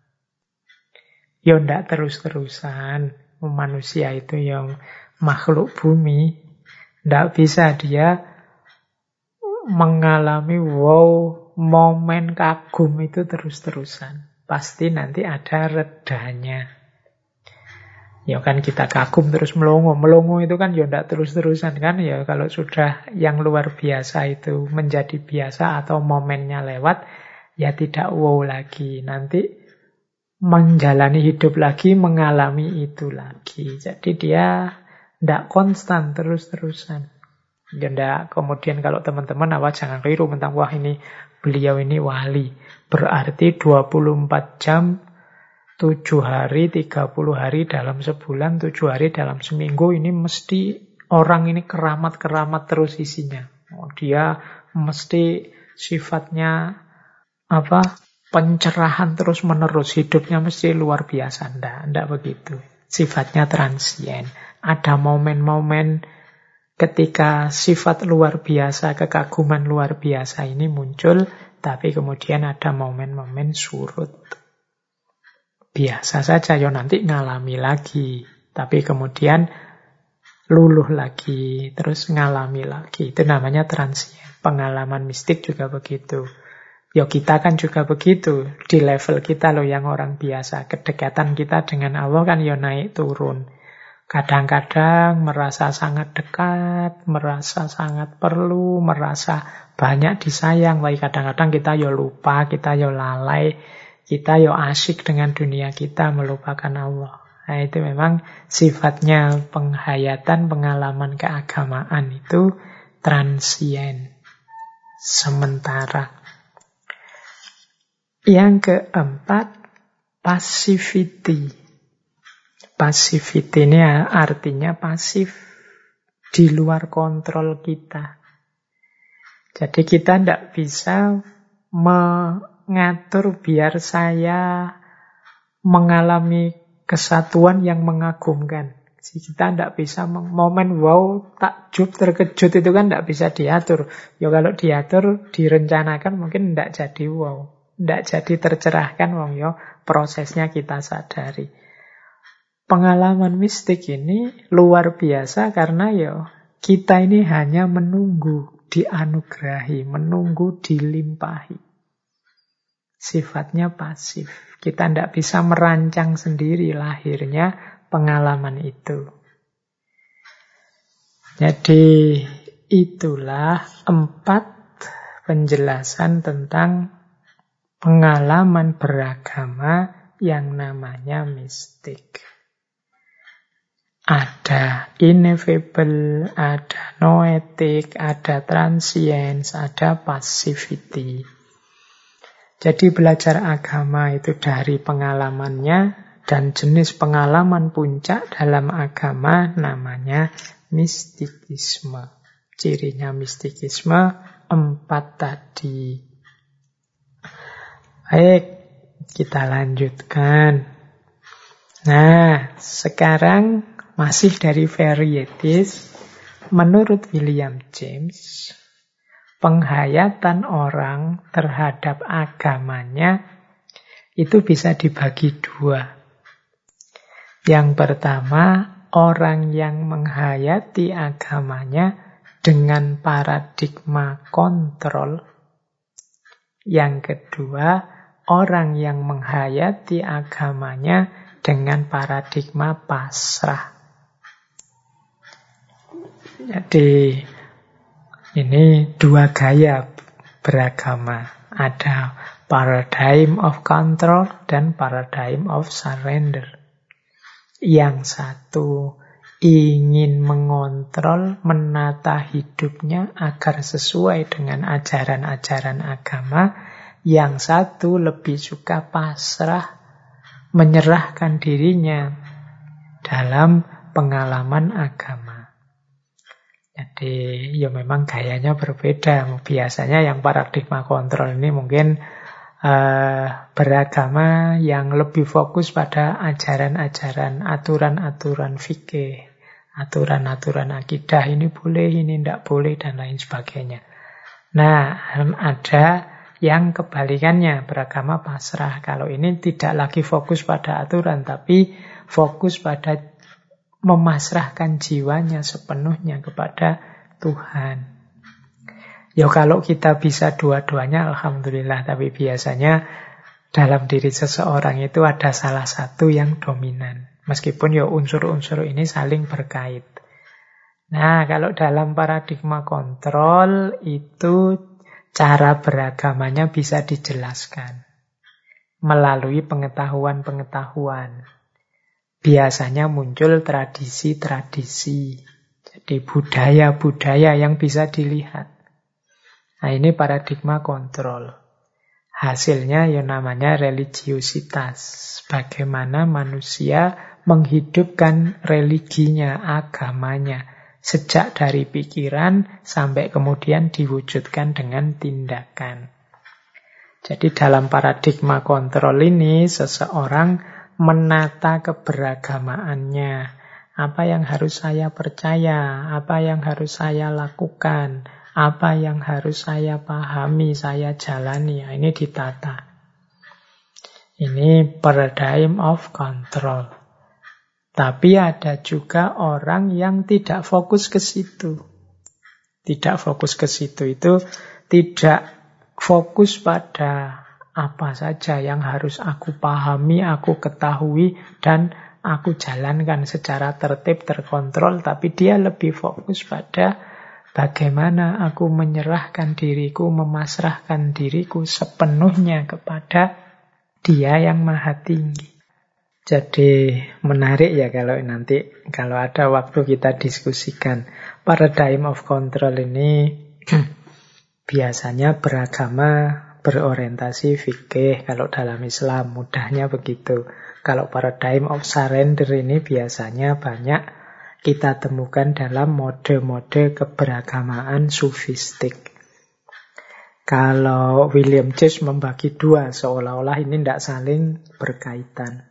Ya ndak terus-terusan. Manusia itu yang makhluk bumi, ndak bisa dia mengalami wow momen kagum itu terus-terusan. Pasti nanti ada redanya. Ya kan kita kagum terus melongo. Melongo itu kan ya ndak terus-terusan kan. Ya kalau sudah yang luar biasa itu menjadi biasa atau momennya lewat, ya tidak wow lagi. Nanti menjalani hidup lagi, mengalami itu lagi. Jadi dia ndak konstan terus-terusan. Ya ndak, kemudian kalau teman-teman apa jangan keliru tentang wah ini beliau ini wali. Berarti dua puluh empat jam, tujuh hari, tiga puluh hari dalam sebulan, tujuh hari dalam seminggu ini mesti orang ini keramat-keramat terus isinya. Oh, dia mesti sifatnya apa? Pencerahan terus-menerus, hidupnya mesti luar biasa. Ndak, ndak begitu. Sifatnya transien. Ada momen-momen ketika sifat luar biasa, kekaguman luar biasa ini muncul, tapi kemudian ada momen-momen surut. Biasa saja, ya nanti ngalami lagi. Tapi kemudian luluh lagi, terus ngalami lagi. Itu namanya transien. Pengalaman mistik juga begitu. Ya kita kan juga begitu. Di level kita loh yang orang biasa. Kedekatan kita dengan Allah kan ya naik turun. Kadang-kadang merasa sangat dekat, merasa sangat perlu, merasa banyak disayang. Tapi kadang-kadang kita ya lupa, kita ya lalai, kita ya asyik dengan dunia kita, melupakan Allah. Nah itu memang sifatnya penghayatan, pengalaman keagamaan itu transien, sementara. Yang keempat, passivity. Passivity ini artinya pasif, di luar kontrol kita. Jadi kita tidak bisa mengatur biar saya mengalami kesatuan yang mengagumkan. Kita tidak bisa momen wow, takjub, terkejut itu kan tidak bisa diatur. Ya kalau diatur, direncanakan mungkin tidak jadi wow. Tidak jadi tercerahkan, wong yo prosesnya kita sadari. Pengalaman mistik ini luar biasa karena yo kita ini hanya menunggu dianugerahi, menunggu dilimpahi. Sifatnya pasif. Kita tidak bisa merancang sendiri lahirnya pengalaman itu. Jadi itulah empat penjelasan tentang pengalaman beragama yang namanya mistik. Ada ineffable, ada noetik, ada transience, ada passivity. Jadi belajar agama itu dari pengalamannya, dan jenis pengalaman puncak dalam agama namanya mistikisme. Cirinya mistikisme empat tadi. Baik, kita lanjutkan. Nah, sekarang masih dari varieties. Menurut William James, penghayatan orang terhadap agamanya itu bisa dibagi dua. Yang pertama, orang yang menghayati agamanya dengan paradigma kontrol. Yang kedua, orang yang menghayati agamanya dengan paradigma pasrah. Jadi ini dua gaya beragama. Ada paradigm of control dan paradigm of surrender. Yang satu ingin mengontrol, menata hidupnya agar sesuai dengan ajaran-ajaran agama. Yang satu lebih suka pasrah, menyerahkan dirinya dalam pengalaman agama. Jadi ya memang gayanya berbeda. Biasanya yang paradigma kontrol ini mungkin uh, beragama yang lebih fokus pada ajaran-ajaran, aturan-aturan fikih, aturan-aturan akidah, ini boleh, ini tidak boleh, dan lain sebagainya. Nah, ada yang kebalikannya, beragama pasrah. Kalau ini tidak lagi fokus pada aturan, tapi fokus pada memasrahkan jiwanya sepenuhnya kepada Tuhan. Ya kalau kita bisa dua-duanya, alhamdulillah. Tapi biasanya dalam diri seseorang itu ada salah satu yang dominan. Meskipun ya unsur-unsur ini saling berkait. Nah, kalau dalam paradigma kontrol itu cara beragamanya bisa dijelaskan melalui pengetahuan-pengetahuan. Biasanya muncul tradisi-tradisi. Jadi budaya-budaya yang bisa dilihat. Nah, ini paradigma kontrol. Hasilnya ya namanya religiusitas. Bagaimana manusia menghidupkan religinya, agamanya. Sejak dari pikiran sampai kemudian diwujudkan dengan tindakan. Jadi dalam paradigma kontrol ini, seseorang menata keberagamaannya. Apa yang harus saya percaya, apa yang harus saya lakukan, apa yang harus saya pahami, saya jalani. Nah, ini ditata. Ini paradigm of control. Tapi ada juga orang yang tidak fokus ke situ. Tidak fokus ke situ itu tidak fokus pada apa saja yang harus aku pahami, aku ketahui, dan aku jalankan secara tertib, terkontrol. Tapi dia lebih fokus pada bagaimana aku menyerahkan diriku, memasrahkan diriku sepenuhnya kepada Dia yang Maha Tinggi. Jadi menarik ya kalau nanti, kalau ada waktu kita diskusikan. Paradigm of control ini biasanya beragama, berorientasi fikih. Kalau dalam Islam mudahnya begitu. Kalau paradigm of surrender ini biasanya banyak kita temukan dalam mode-mode keberagamaan sufistik. Kalau William James membagi dua, seolah-olah ini tidak saling berkaitan.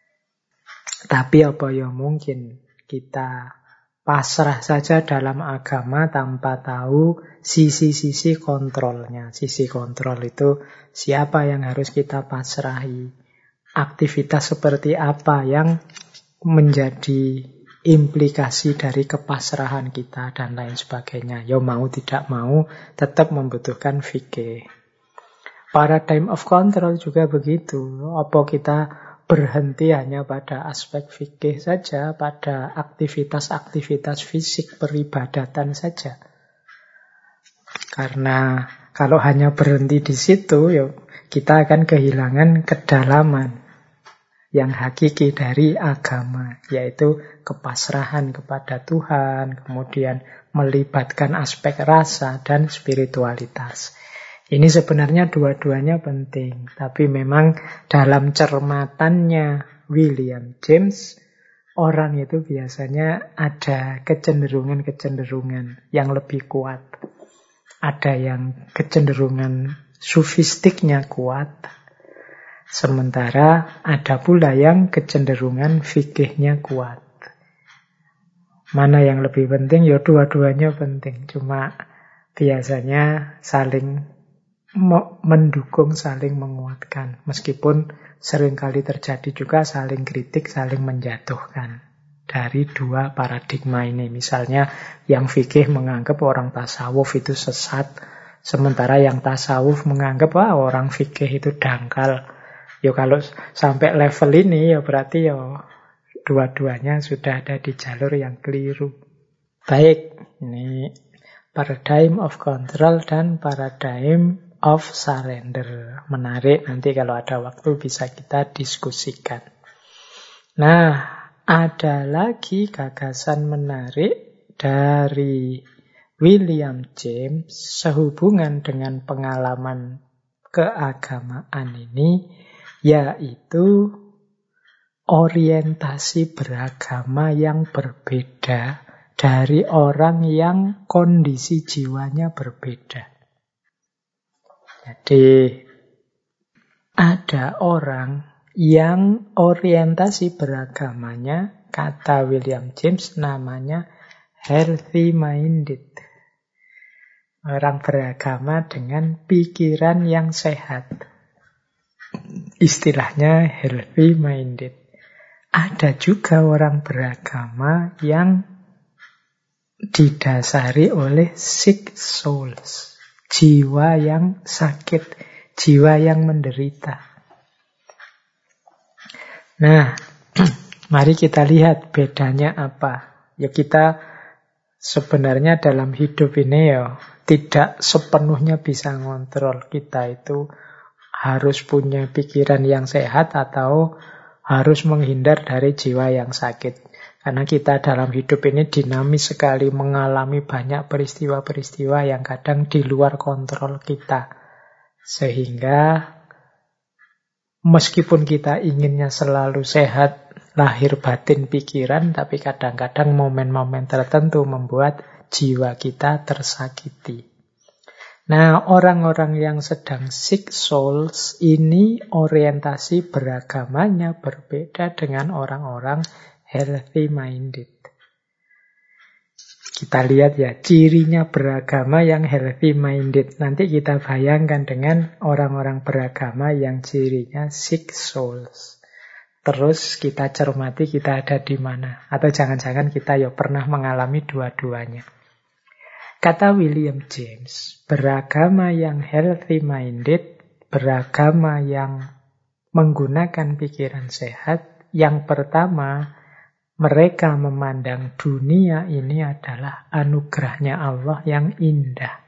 Tapi apa yang mungkin kita pasrah saja dalam agama tanpa tahu sisi-sisi kontrolnya. Sisi kontrol itu siapa yang harus kita pasrahi. Aktivitas seperti apa yang menjadi implikasi dari kepasrahan kita dan lain sebagainya. Ya mau tidak mau tetap membutuhkan fikih. Paradigm of control juga begitu. Apa kita berhenti hanya pada aspek fikih saja, pada aktivitas-aktivitas fisik peribadatan saja. Karena kalau hanya berhenti di situ, ya kita akan kehilangan kedalaman yang hakiki dari agama, yaitu kepasrahan kepada Tuhan, kemudian melibatkan aspek rasa dan spiritualitas. Ini sebenarnya dua-duanya penting, tapi memang dalam cermatannya William James, orang itu biasanya ada kecenderungan-kecenderungan yang lebih kuat. Ada yang kecenderungan sufistiknya kuat, sementara ada pula yang kecenderungan fikihnya kuat. Mana yang lebih penting? Ya dua-duanya penting, cuma biasanya saling mendukung, saling menguatkan. Meskipun seringkali terjadi juga saling kritik, saling menjatuhkan dari dua paradigma ini. Misalnya yang fikih menganggap orang tasawuf itu sesat, sementara yang tasawuf menganggap wah orang fikih itu dangkal. Ya kalau sampai level ini ya berarti ya dua-duanya sudah ada di jalur yang keliru. Baik, ini paradigm of control dan paradigm of surrender. Menarik, nanti kalau ada waktu bisa kita diskusikan. Nah, ada lagi gagasan menarik dari William James sehubungan dengan pengalaman keagamaan ini, yaitu orientasi beragama yang berbeda dari orang yang kondisi jiwanya berbeda. Jadi ada orang yang orientasi beragamanya, kata William James, namanya healthy minded. Orang beragama dengan pikiran yang sehat. Istilahnya healthy minded. Ada juga orang beragama yang didasari oleh sick souls. Jiwa yang sakit, jiwa yang menderita. Nah, mari kita lihat bedanya apa. Ya kita sebenarnya dalam hidup ini ya tidak sepenuhnya bisa ngontrol. Kita itu harus punya pikiran yang sehat atau harus menghindar dari jiwa yang sakit. Karena kita dalam hidup ini dinamis sekali, mengalami banyak peristiwa-peristiwa yang kadang di luar kontrol kita. Sehingga meskipun kita inginnya selalu sehat, lahir batin pikiran, tapi kadang-kadang momen-momen tertentu membuat jiwa kita tersakiti. Nah, orang-orang yang sedang sick souls ini orientasi beragamanya berbeda dengan orang-orang healthy minded. Kita lihat ya, cirinya beragama yang healthy minded. Nanti kita bayangkan dengan orang-orang beragama yang cirinya sick souls. Terus kita cermati kita ada di mana. Atau jangan-jangan kita ya pernah mengalami dua-duanya. Kata William James, beragama yang healthy minded, beragama yang menggunakan pikiran sehat, yang pertama, mereka memandang dunia ini adalah anugerahnya Allah yang indah.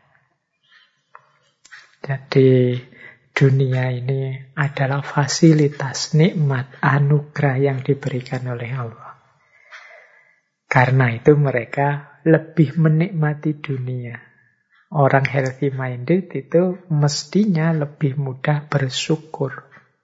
Jadi dunia ini adalah fasilitas, nikmat, anugerah yang diberikan oleh Allah. Karena itu mereka lebih menikmati dunia. Orang healthy minded itu mestinya lebih mudah bersyukur.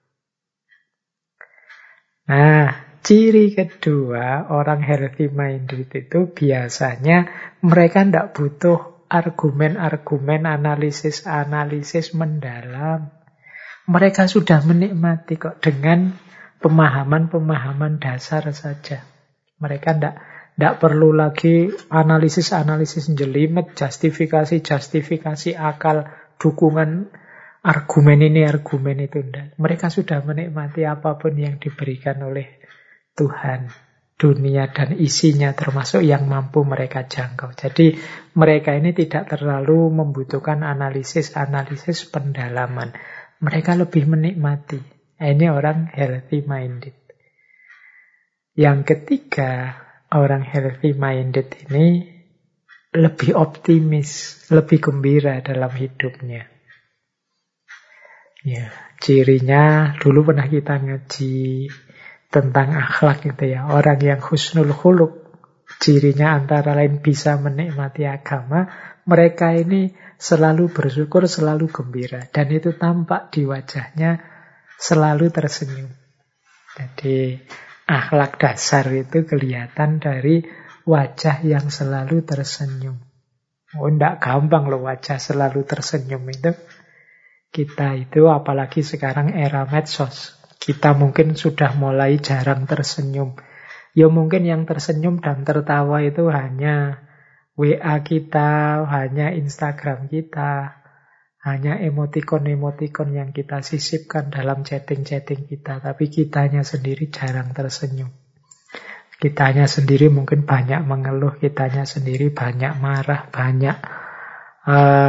Nah, ciri kedua orang healthy minded itu biasanya mereka tidak butuh argumen-argumen, analisis-analisis mendalam. Mereka sudah menikmati kok dengan pemahaman-pemahaman dasar saja. Mereka tidak tidak perlu lagi analisis-analisis jelimet, justifikasi-justifikasi akal, dukungan argumen ini, argumen itu. Tidak. Mereka sudah menikmati apapun yang diberikan oleh Tuhan. Dunia dan isinya termasuk yang mampu mereka jangkau. Jadi mereka ini tidak terlalu membutuhkan analisis-analisis pendalaman. Mereka lebih menikmati. Ini orang healthy minded. Yang ketiga, orang healthy minded ini lebih optimis, lebih gembira dalam hidupnya. Ya, cirinya dulu pernah kita ngaji tentang akhlak gitu ya. Orang yang husnul khuluq, cirinya antara lain bisa menikmati agama, mereka ini selalu bersyukur, selalu gembira. Dan itu tampak di wajahnya selalu tersenyum. Jadi akhlak dasar itu kelihatan dari wajah yang selalu tersenyum. Oh, enggak gampang loh wajah selalu tersenyum itu. Kita itu apalagi sekarang era medsos. Kita mungkin sudah mulai jarang tersenyum. Ya mungkin yang tersenyum dan tertawa itu hanya W A kita, hanya Instagram kita, hanya emotikon-emotikon yang kita sisipkan dalam chatting-chatting kita. Tapi kitanya sendiri jarang tersenyum. Kitanya sendiri mungkin banyak mengeluh, kitanya sendiri banyak marah, banyak uh,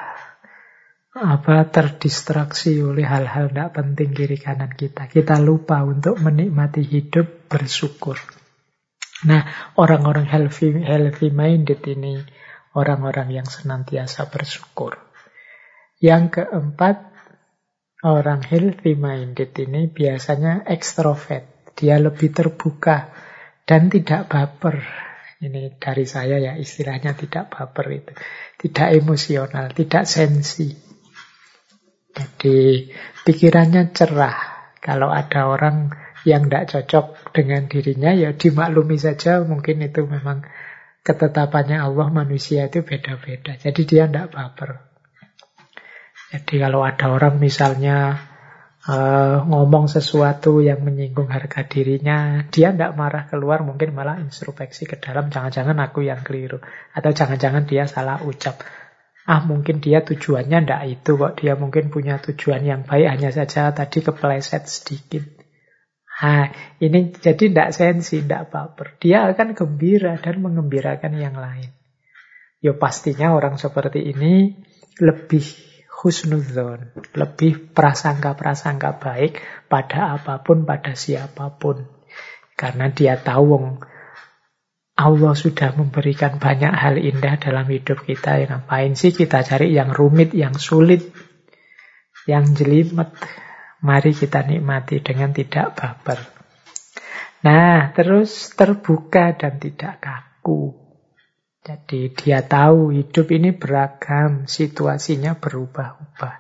apa terdistraksi oleh hal-hal tidak penting kiri kanan kita. Kita lupa untuk menikmati hidup, bersyukur. Nah, orang-orang healthy, healthy minded ini orang-orang yang senantiasa bersyukur. Yang keempat, orang healthy minded ini biasanya ekstrovert. Dia lebih terbuka dan tidak baper. Ini dari saya ya, istilahnya tidak baper itu. Tidak emosional, tidak sensi. Jadi pikirannya cerah. Kalau ada orang yang tidak cocok dengan dirinya, ya dimaklumi saja. Mungkin itu memang ketetapannya Allah, manusia itu beda-beda. Jadi dia tidak baper. Jadi kalau ada orang misalnya uh, ngomong sesuatu yang menyinggung harga dirinya, dia tidak marah keluar, mungkin malah introspeksi ke dalam, jangan-jangan aku yang keliru. Atau jangan-jangan dia salah ucap. Ah, mungkin dia tujuannya tidak itu kok. Dia mungkin punya tujuan yang baik, hanya saja tadi kepleset sedikit. Nah, ini jadi tidak sensi, tidak baper. Dia akan gembira dan mengembirakan yang lain. Ya pastinya orang seperti ini lebih husnudzon, lebih prasangka-prasangka baik pada apapun, pada siapapun. Karena dia tahu Allah sudah memberikan banyak hal indah dalam hidup kita. Ya, ngapain sih kita cari yang rumit, yang sulit, yang jelimet? Mari kita nikmati dengan tidak baper. Nah, terus terbuka dan tidak kaku. Jadi dia tahu hidup ini beragam, situasinya berubah-ubah.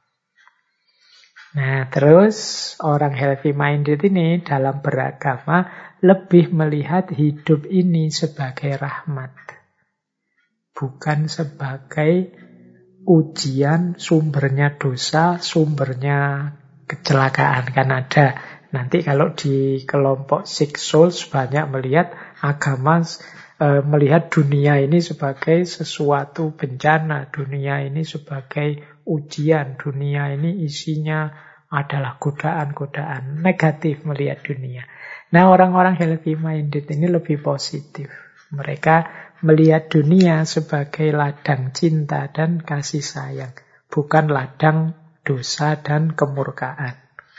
Nah, terus orang healthy minded ini dalam beragama lebih melihat hidup ini sebagai rahmat. Bukan sebagai ujian, sumbernya dosa, sumbernya kecelakaan. Kan ada. Nanti kalau di kelompok Six Souls banyak melihat agama e, melihat dunia ini sebagai sesuatu bencana. Dunia ini sebagai ujian. Dunia ini isinya adalah godaan-godaan. Negatif melihat dunia. Nah, orang-orang healthy minded ini lebih positif. Mereka melihat dunia sebagai ladang cinta dan kasih sayang, bukan ladang dosa dan kemurkaan.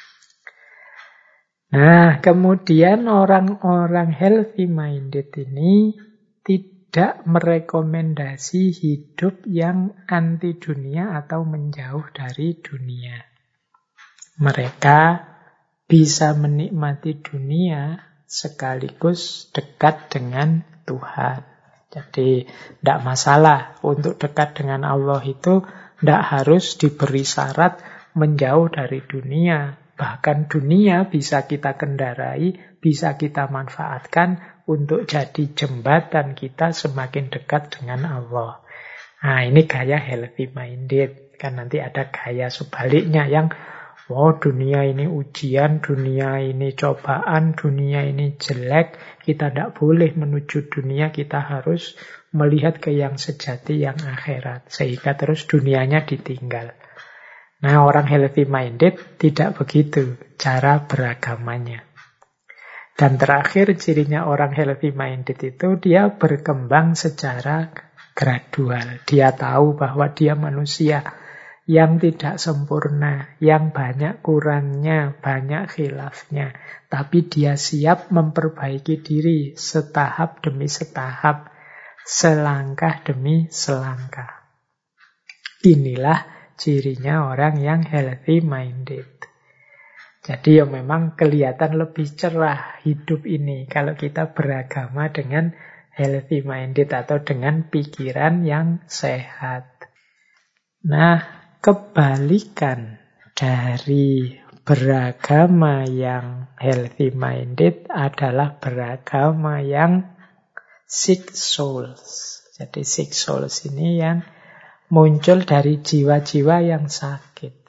Nah, kemudian orang-orang healthy minded ini tidak merekomendasi hidup yang anti dunia atau menjauh dari dunia. Mereka bisa menikmati dunia sekaligus dekat dengan Tuhan. Jadi tidak masalah untuk dekat dengan Allah itu tidak harus diberi syarat menjauh dari dunia. Bahkan dunia bisa kita kendarai, bisa kita manfaatkan untuk jadi jembatan kita semakin dekat dengan Allah. Nah, ini gaya healthy minded. Kan nanti ada gaya sebaliknya yang oh, dunia ini ujian, dunia ini cobaan, dunia ini jelek. Kita tidak boleh menuju dunia, kita harus melihat ke yang sejati, yang akhirat. Sehingga terus dunianya ditinggal. Nah, orang healthy minded tidak begitu cara beragamanya. Dan terakhir cirinya orang healthy minded itu dia berkembang secara gradual. Dia tahu bahwa dia manusia yang tidak sempurna, yang banyak kurangnya, banyak khilafnya. Tapi dia siap memperbaiki diri setahap demi setahap, selangkah demi selangkah. Inilah cirinya orang yang healthy minded. Jadi ya memang kelihatan lebih cerah hidup ini kalau kita beragama dengan healthy minded atau dengan pikiran yang sehat. Nah, kebalikan dari beragama yang healthy minded adalah beragama yang sick souls. Jadi sick souls ini yang muncul dari jiwa-jiwa yang sakit.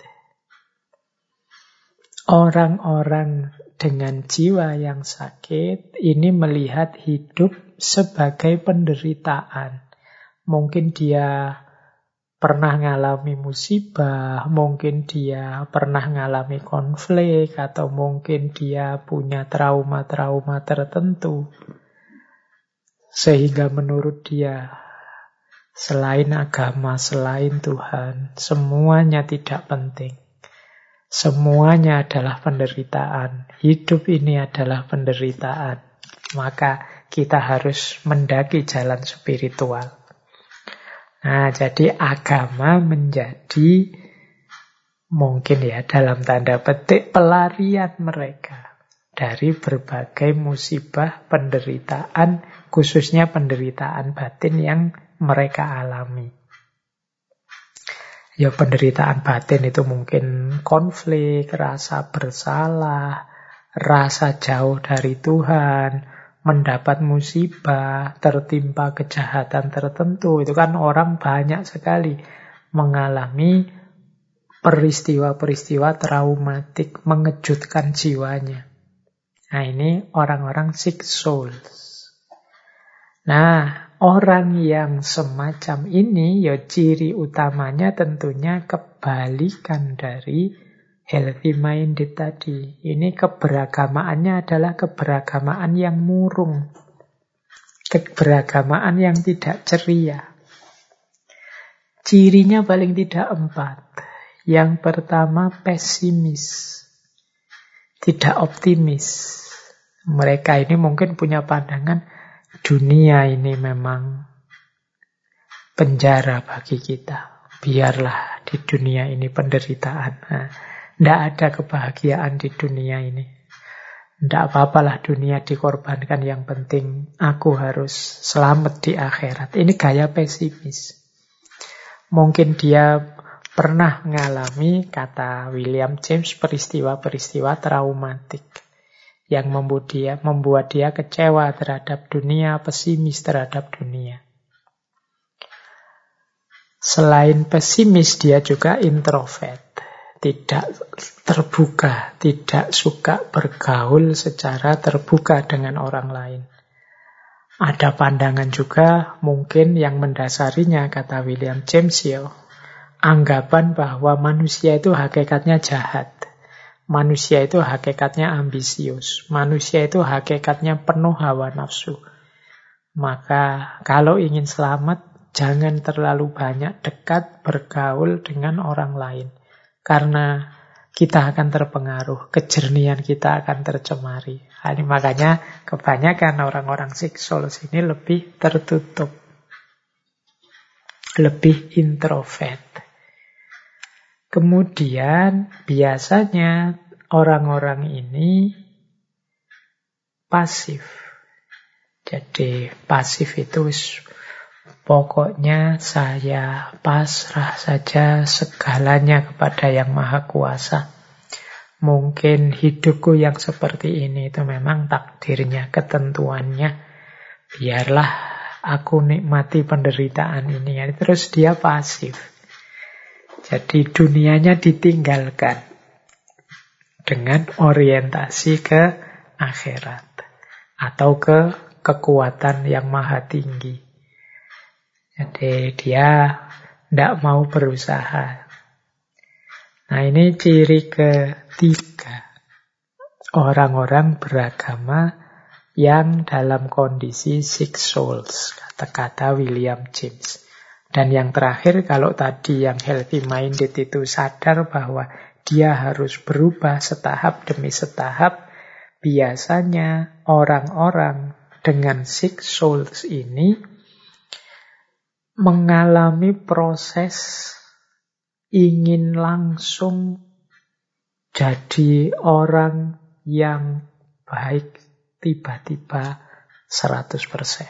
Orang-orang dengan jiwa yang sakit ini melihat hidup sebagai penderitaan. Mungkin dia pernah ngalami musibah, mungkin dia pernah ngalami konflik, atau mungkin dia punya trauma-trauma tertentu. Sehingga menurut dia, selain agama, selain Tuhan, semuanya tidak penting. Semuanya adalah penderitaan. Hidup ini adalah penderitaan. Maka kita harus mendaki jalan spiritual. Nah, jadi agama menjadi mungkin ya dalam tanda petik pelarian mereka dari berbagai musibah, penderitaan, khususnya penderitaan batin yang mereka alami. Ya penderitaan batin itu mungkin konflik, rasa bersalah, rasa jauh dari Tuhan, mendapat musibah, tertimpa kejahatan tertentu. Itu kan orang banyak sekali mengalami peristiwa-peristiwa traumatik mengejutkan jiwanya. Nah ini orang-orang sick souls. Nah, orang yang semacam ini, ya ciri utamanya tentunya kebalikan dari healthy minded tadi. Ini keberagamaannya adalah keberagamaan yang murung. Keberagamaan yang tidak ceria. Cirinya paling tidak empat. Yang pertama pesimis. Tidak optimis. Mereka ini mungkin punya pandangan dunia ini memang penjara bagi kita. Biarlah di dunia ini penderitaan. Nah, tidak ada kebahagiaan di dunia ini. Tidak apa-apalah dunia dikorbankan. Yang penting aku harus selamat di akhirat. Ini gaya pesimis. Mungkin dia pernah mengalami, kata William James, peristiwa-peristiwa traumatik yang membuat dia, membuat dia kecewa terhadap dunia, pesimis terhadap dunia. Selain pesimis, dia juga introvert. Tidak terbuka, tidak suka bergaul secara terbuka dengan orang lain. Ada pandangan juga mungkin yang mendasarinya, kata William James, ya, anggapan bahwa manusia itu hakikatnya jahat. Manusia itu hakikatnya ambisius. Manusia itu hakikatnya penuh hawa nafsu. Maka kalau ingin selamat, jangan terlalu banyak dekat bergaul dengan orang lain. Karena kita akan terpengaruh, kejernihan kita akan tercemari. Nah, ini makanya kebanyakan orang-orang sick souls ini lebih tertutup. Lebih introvert. Kemudian biasanya orang-orang ini pasif. Jadi pasif itu pokoknya saya pasrah saja segalanya kepada Yang Maha Kuasa. Mungkin hidupku yang seperti ini itu memang takdirnya, ketentuannya. Biarlah aku nikmati penderitaan ini. Terus dia pasif. Jadi dunianya ditinggalkan dengan orientasi ke akhirat atau ke kekuatan yang maha tinggi. Jadi dia tidak mau berusaha. Nah ini ciri ketiga orang-orang beragama yang dalam kondisi sick souls, kata-kata William James. Dan yang terakhir, kalau tadi yang healthy minded itu sadar bahwa dia harus berubah setahap demi setahap, biasanya orang-orang dengan sick souls ini mengalami proses ingin langsung jadi orang yang baik tiba-tiba seratus persen.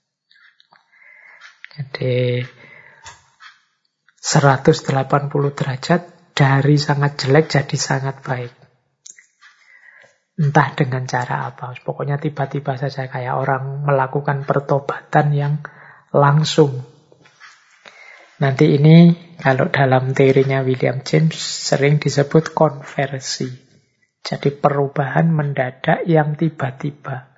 Jadi seratus delapan puluh derajat dari sangat jelek jadi sangat baik. Entah dengan cara apa. Pokoknya tiba-tiba saja kayak orang melakukan pertobatan yang langsung. Nanti ini kalau dalam teorinya William James sering disebut konversi. Jadi perubahan mendadak yang tiba-tiba.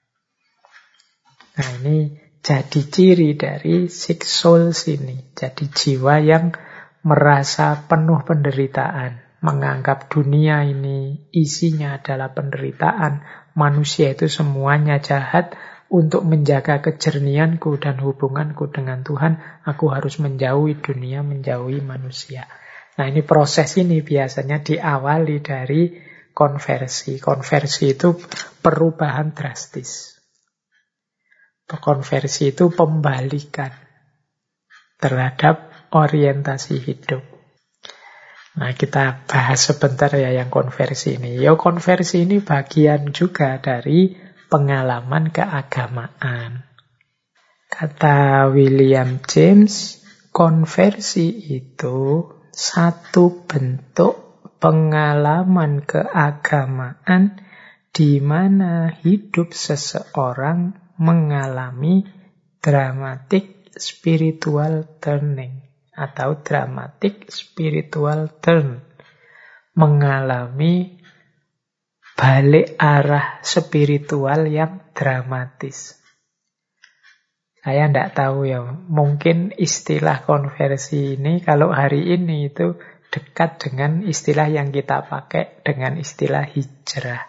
Nah ini jadi ciri dari sick souls ini. Jadi jiwa yang merasa penuh penderitaan. Menganggap dunia ini isinya adalah penderitaan. Manusia itu semuanya jahat. Untuk menjaga kejernihanku dan hubunganku dengan Tuhan, aku harus menjauhi dunia, menjauhi manusia. Nah ini proses ini biasanya diawali dari konversi. Konversi itu perubahan drastis. Konversi itu pembalikan terhadap orientasi hidup. Nah, kita bahas sebentar ya yang konversi ini. Ya, konversi ini bagian juga dari pengalaman keagamaan. Kata William James, konversi itu satu bentuk pengalaman keagamaan di mana hidup seseorang mengalami dramatic spiritual turning atau dramatic spiritual turn, mengalami balik arah spiritual yang dramatis. Saya tidak tahu ya, mungkin istilah konversi ini kalau hari ini itu dekat dengan istilah yang kita pakai dengan istilah hijrah.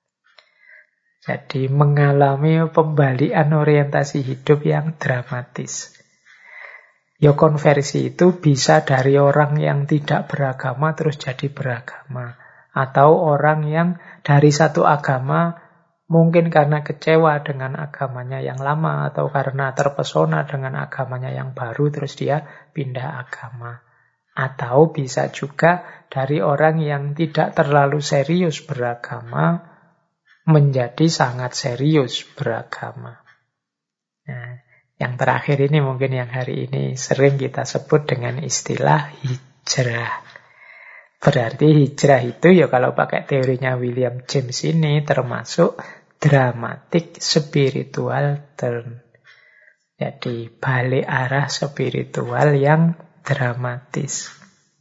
Jadi mengalami pembalikan orientasi hidup yang dramatis. Ya konversi itu bisa dari orang yang tidak beragama terus jadi beragama. Atau orang yang dari satu agama mungkin karena kecewa dengan agamanya yang lama atau karena terpesona dengan agamanya yang baru terus dia pindah agama. Atau bisa juga dari orang yang tidak terlalu serius beragama menjadi sangat serius beragama. Nah, yang terakhir ini mungkin yang hari ini sering kita sebut dengan istilah hijrah. Berarti hijrah itu ya kalau pakai teorinya William James ini termasuk dramatic spiritual turn. Jadi balik arah spiritual yang dramatis.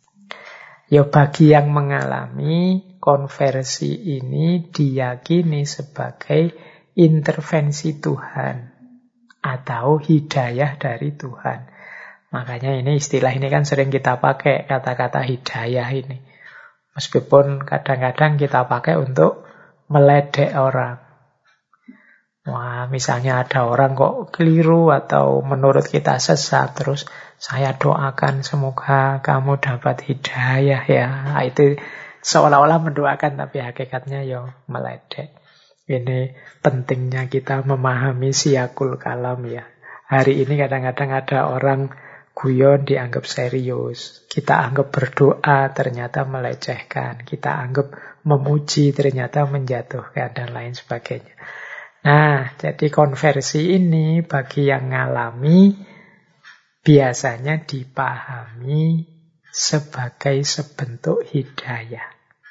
Ya bagi yang mengalami konversi ini diyakini sebagai intervensi Tuhan atau hidayah dari Tuhan. Makanya ini istilah ini kan sering kita pakai kata-kata hidayah ini. Meskipun kadang-kadang kita pakai untuk meledek orang. Wah, misalnya ada orang kok keliru atau menurut kita sesat, terus saya doakan semoga kamu dapat hidayah ya. Nah, itu seolah-olah mendoakan tapi hakikatnya ya meledek. Ini pentingnya kita memahami siyakul kalam ya. Hari ini kadang-kadang ada orang guyon dianggap serius. Kita anggap berdoa ternyata melecehkan. Kita anggap memuji ternyata menjatuhkan dan lain sebagainya. Nah, jadi konversi ini bagi yang ngalami biasanya dipahami sebagai sebentuk hidayah.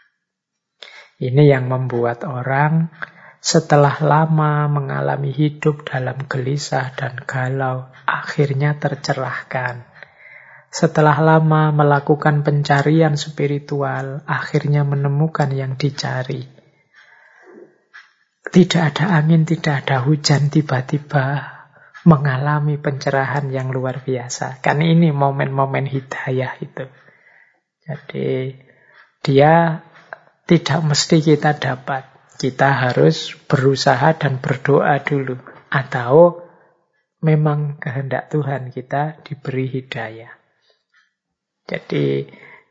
Ini yang membuat orang setelah lama mengalami hidup dalam gelisah dan galau, akhirnya tercerahkan. Setelah lama melakukan pencarian spiritual, akhirnya menemukan yang dicari. Tidak ada angin, tidak ada hujan, tiba-tiba mengalami pencerahan yang luar biasa. Kan ini momen-momen hidayah itu. Jadi dia tidak mesti kita dapat. Kita harus berusaha dan berdoa dulu. Atau memang kehendak Tuhan kita diberi hidayah. Jadi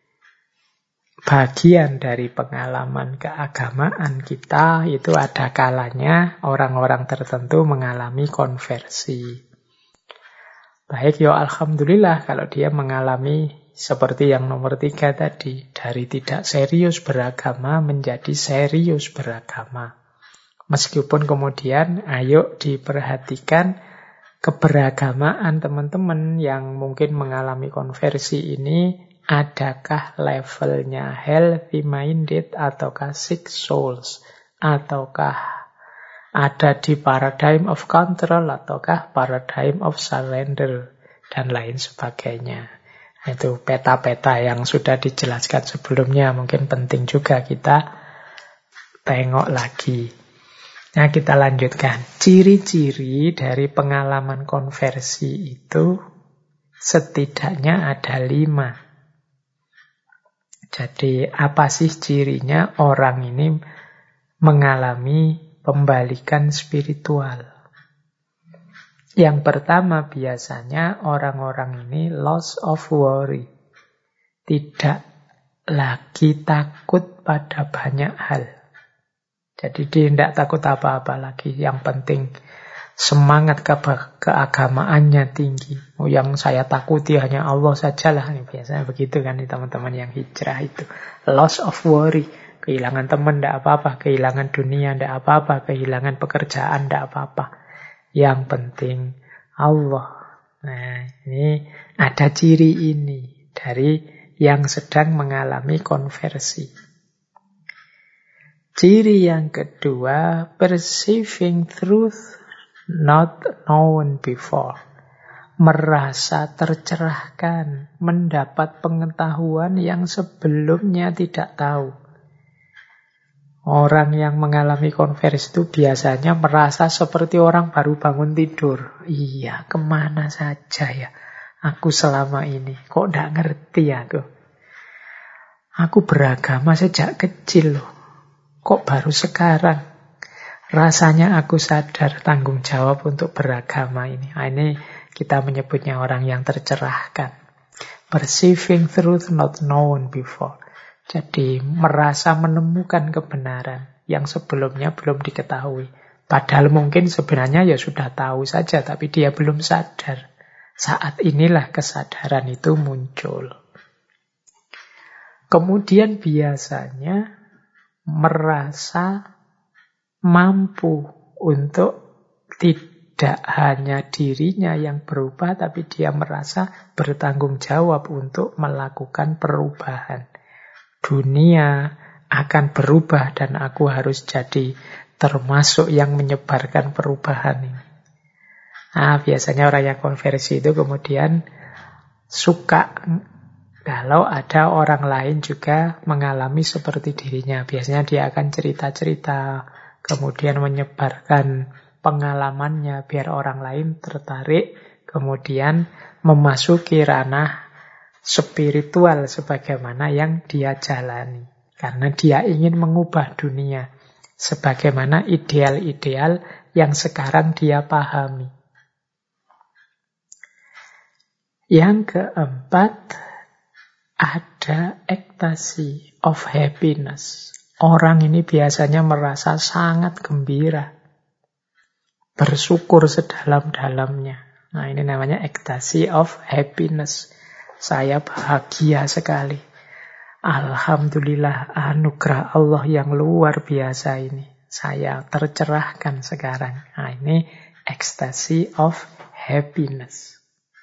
bagian dari pengalaman keagamaan kita itu ada kalanya orang-orang tertentu mengalami konversi. Baik, ya alhamdulillah kalau dia mengalami seperti yang nomor tiga tadi. Dari tidak serius beragama menjadi serius beragama. Meskipun kemudian ayo diperhatikan keberagamaan teman-teman yang mungkin mengalami konversi ini. Adakah levelnya healthy minded ataukah sick souls? Ataukah ada di paradigm of control ataukah paradigm of surrender? Dan lain sebagainya. Itu peta-peta yang sudah dijelaskan sebelumnya. Mungkin penting juga kita tengok lagi. Nah, kita lanjutkan. Ciri-ciri dari pengalaman konversi itu setidaknya ada lima. Jadi apa sih cirinya orang ini mengalami pembalikan spiritual? Yang pertama biasanya orang-orang ini loss of worry. Tidak lagi takut pada banyak hal. Jadi dia tidak takut apa-apa lagi. Yang penting semangat ke keagamaannya tinggi. Oh, yang saya takuti hanya Allah sajalah. Ini biasanya begitu kan di teman-teman yang hijrah itu. Loss of worry. Kehilangan teman tidak apa-apa. Kehilangan dunia tidak apa-apa. Kehilangan pekerjaan tidak apa-apa. Yang penting Allah. Nah, ini ada ciri ini dari yang sedang mengalami konversi. Ciri yang kedua, perceiving truth not known before. Merasa tercerahkan, mendapat pengetahuan yang sebelumnya tidak tahu. Orang yang mengalami konversi itu biasanya merasa seperti orang baru bangun tidur. Iya, kemana saja ya aku selama ini? Kok tidak ngerti aku? Aku beragama sejak kecil loh. Kok baru sekarang? Rasanya aku sadar tanggung jawab untuk beragama ini. Nah, ini kita menyebutnya orang yang tercerahkan. Perceiving truth not known before. Jadi merasa menemukan kebenaran yang sebelumnya belum diketahui. Padahal mungkin sebenarnya ya sudah tahu saja, tapi dia belum sadar. Saat inilah kesadaran itu muncul. Kemudian biasanya merasa mampu untuk tidak hanya dirinya yang berubah, tapi dia merasa bertanggung jawab untuk melakukan perubahan. Dunia akan berubah dan aku harus jadi termasuk yang menyebarkan perubahan ini. Nah, biasanya orang yang konversi itu kemudian suka kalau ada orang lain juga mengalami seperti dirinya. Biasanya dia akan cerita-cerita, kemudian menyebarkan pengalamannya biar orang lain tertarik, kemudian memasuki ranah spiritual sebagaimana yang dia jalani. Karena dia ingin mengubah dunia sebagaimana ideal-ideal yang sekarang dia pahami. Yang keempat, ada ecstasy of happiness. Orang ini biasanya merasa sangat gembira, bersyukur sedalam-dalamnya. Nah, ini namanya ecstasy of happiness. Saya bahagia sekali. Alhamdulillah, anugerah Allah yang luar biasa ini. Saya tercerahkan sekarang. Nah, ini ecstasy of happiness.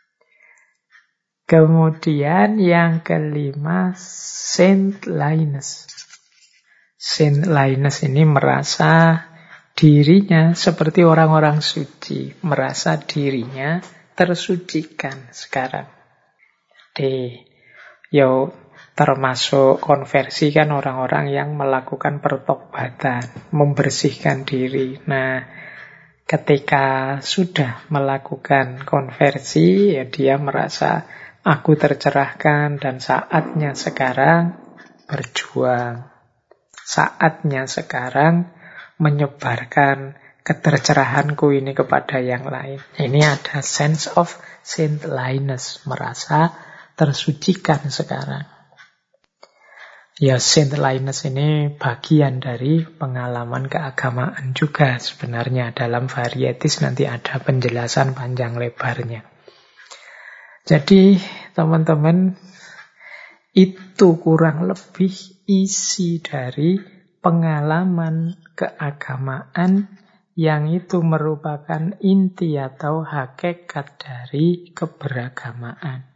Kemudian yang kelima, saintliness. Saintliness ini merasa dirinya seperti orang-orang suci. Merasa dirinya tersucikan sekarang. Di, yo, termasuk konversi kan orang-orang yang melakukan pertobatan, membersihkan diri. Nah, ketika sudah melakukan konversi, ya dia merasa aku tercerahkan dan saatnya sekarang berjuang. Saatnya sekarang menyebarkan ketercerahanku ini kepada yang lain. Ini ada sense of saintliness, merasa tersucikan sekarang. Ya, saintliness ini bagian dari pengalaman keagamaan juga sebenarnya. Dalam varieties nanti ada penjelasan panjang lebarnya. Jadi teman-teman, itu kurang lebih isi dari pengalaman keagamaan yang itu merupakan inti atau hakikat dari keberagamaan.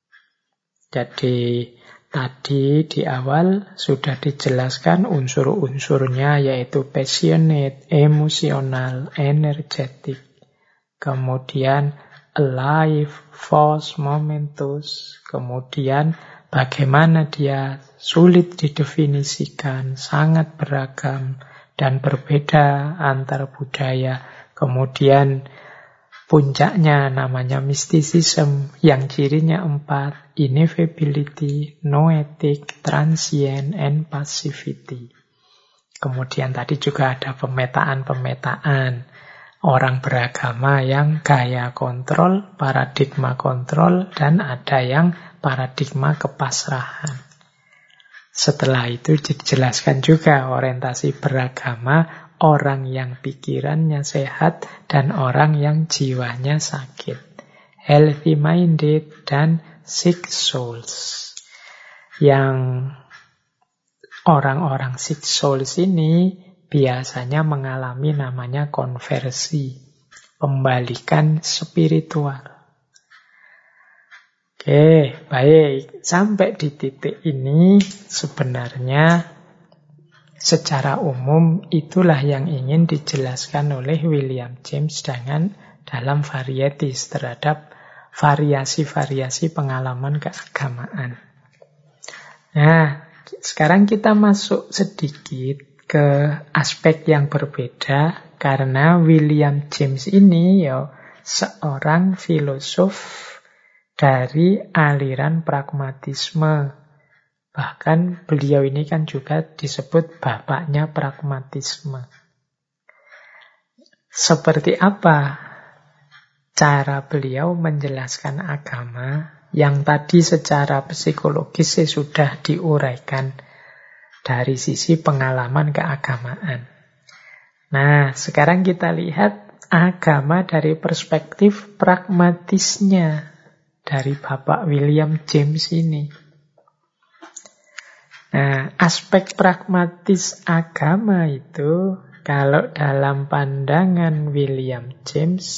Jadi tadi di awal sudah dijelaskan unsur-unsurnya, yaitu passionate, emosional, energetic, kemudian alive, force, momentous, kemudian bagaimana dia sulit didefinisikan, sangat beragam dan berbeda antar budaya, kemudian puncaknya namanya mysticism yang cirinya empat, ineffability, noetic, transient, and passivity. Kemudian tadi juga ada pemetaan-pemetaan orang beragama yang gaya kontrol, paradigma kontrol, dan ada yang paradigma kepasrahan. Setelah itu dijelaskan juga orientasi beragama, orang yang pikirannya sehat dan orang yang jiwanya sakit. Healthy minded dan sick souls. Yang orang-orang sick souls ini biasanya mengalami namanya konversi, pembalikan spiritual. Oke, baik. Sampai di titik ini sebenarnya secara umum itulah yang ingin dijelaskan oleh William James dengan dalam Varieties terhadap variasi-variasi pengalaman keagamaan. Nah, sekarang kita masuk sedikit ke aspek yang berbeda karena William James ini ya seorang filosof dari aliran pragmatisme. Bahkan beliau ini kan juga disebut bapaknya pragmatisme. Seperti apa cara beliau menjelaskan agama yang tadi secara psikologis sudah diuraikan dari sisi pengalaman keagamaan. Nah, sekarang kita lihat agama dari perspektif pragmatisnya dari Bapak William James ini. Nah, aspek pragmatis agama itu kalau dalam pandangan William James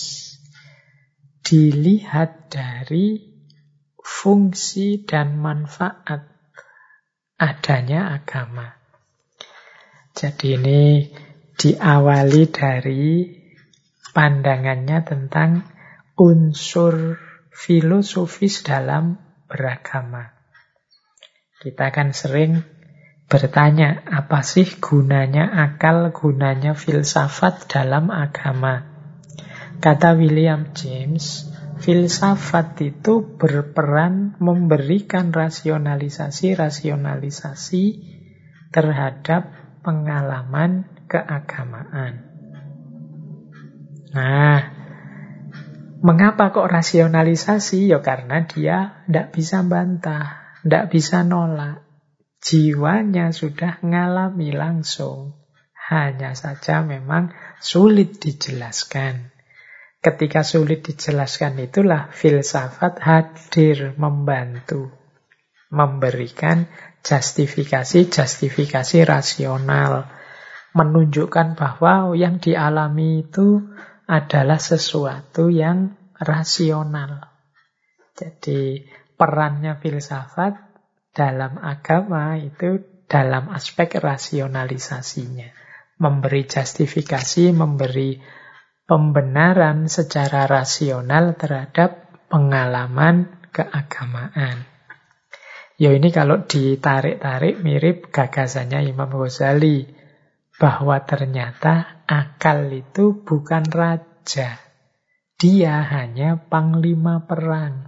dilihat dari fungsi dan manfaat adanya agama. Jadi ini diawali dari pandangannya tentang unsur filosofis dalam beragama. Kita kan sering bertanya, apa sih gunanya akal, gunanya filsafat dalam agama? Kata William James, filsafat itu berperan memberikan rasionalisasi-rasionalisasi terhadap pengalaman keagamaan. Nah, mengapa kok rasionalisasi? Ya karena dia tidak bisa bantah, tidak bisa nolak. Jiwanya sudah ngalami langsung. Hanya saja memang sulit dijelaskan. Ketika sulit dijelaskan itulah filsafat hadir membantu. Memberikan justifikasi-justifikasi rasional. Menunjukkan bahwa yang dialami itu adalah sesuatu yang rasional. Jadi perannya filsafat dalam agama itu dalam aspek rasionalisasinya. Memberi justifikasi, memberi pembenaran secara rasional terhadap pengalaman keagamaan. Ya ini kalau ditarik-tarik mirip gagasannya Imam Ghazali. Bahwa ternyata akal itu bukan raja. Dia hanya panglima perang.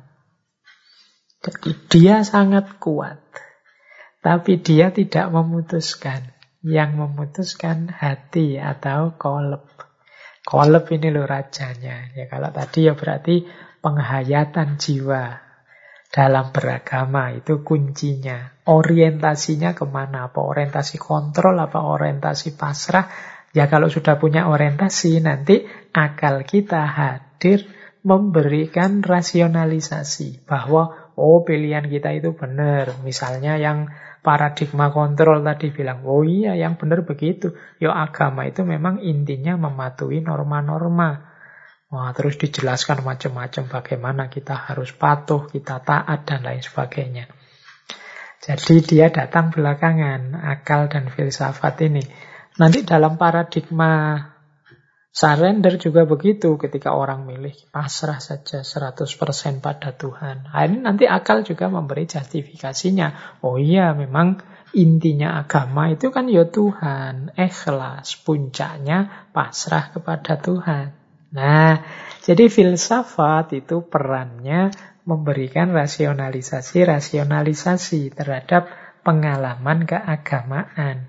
Jadi dia sangat kuat. Tapi dia tidak memutuskan. Yang memutuskan hati atau kolab. Kolab ini loh rajanya. Ya kalau tadi ya berarti penghayatan jiwa. Dalam beragama itu kuncinya. Orientasinya kemana? Apa orientasi kontrol? Apa orientasi pasrah? Ya kalau sudah punya orientasi, nanti akal kita hadir memberikan rasionalisasi. Bahwa, oh pilihan kita itu benar. Misalnya yang paradigma kontrol tadi bilang, oh iya yang benar begitu. Ya agama itu memang intinya mematuhi norma-norma. Wah, terus dijelaskan macam-macam bagaimana kita harus patuh, kita taat, dan lain sebagainya. Jadi dia datang belakangan, akal dan filsafat ini. Nanti dalam paradigma surrender juga begitu, ketika orang milih pasrah saja seratus persen pada Tuhan. Nah, ini nanti akal juga memberi justifikasinya. Oh iya, memang intinya agama itu kan ya Tuhan, ikhlas, puncaknya pasrah kepada Tuhan. Nah, jadi filsafat itu perannya memberikan rasionalisasi-rasionalisasi terhadap pengalaman keagamaan.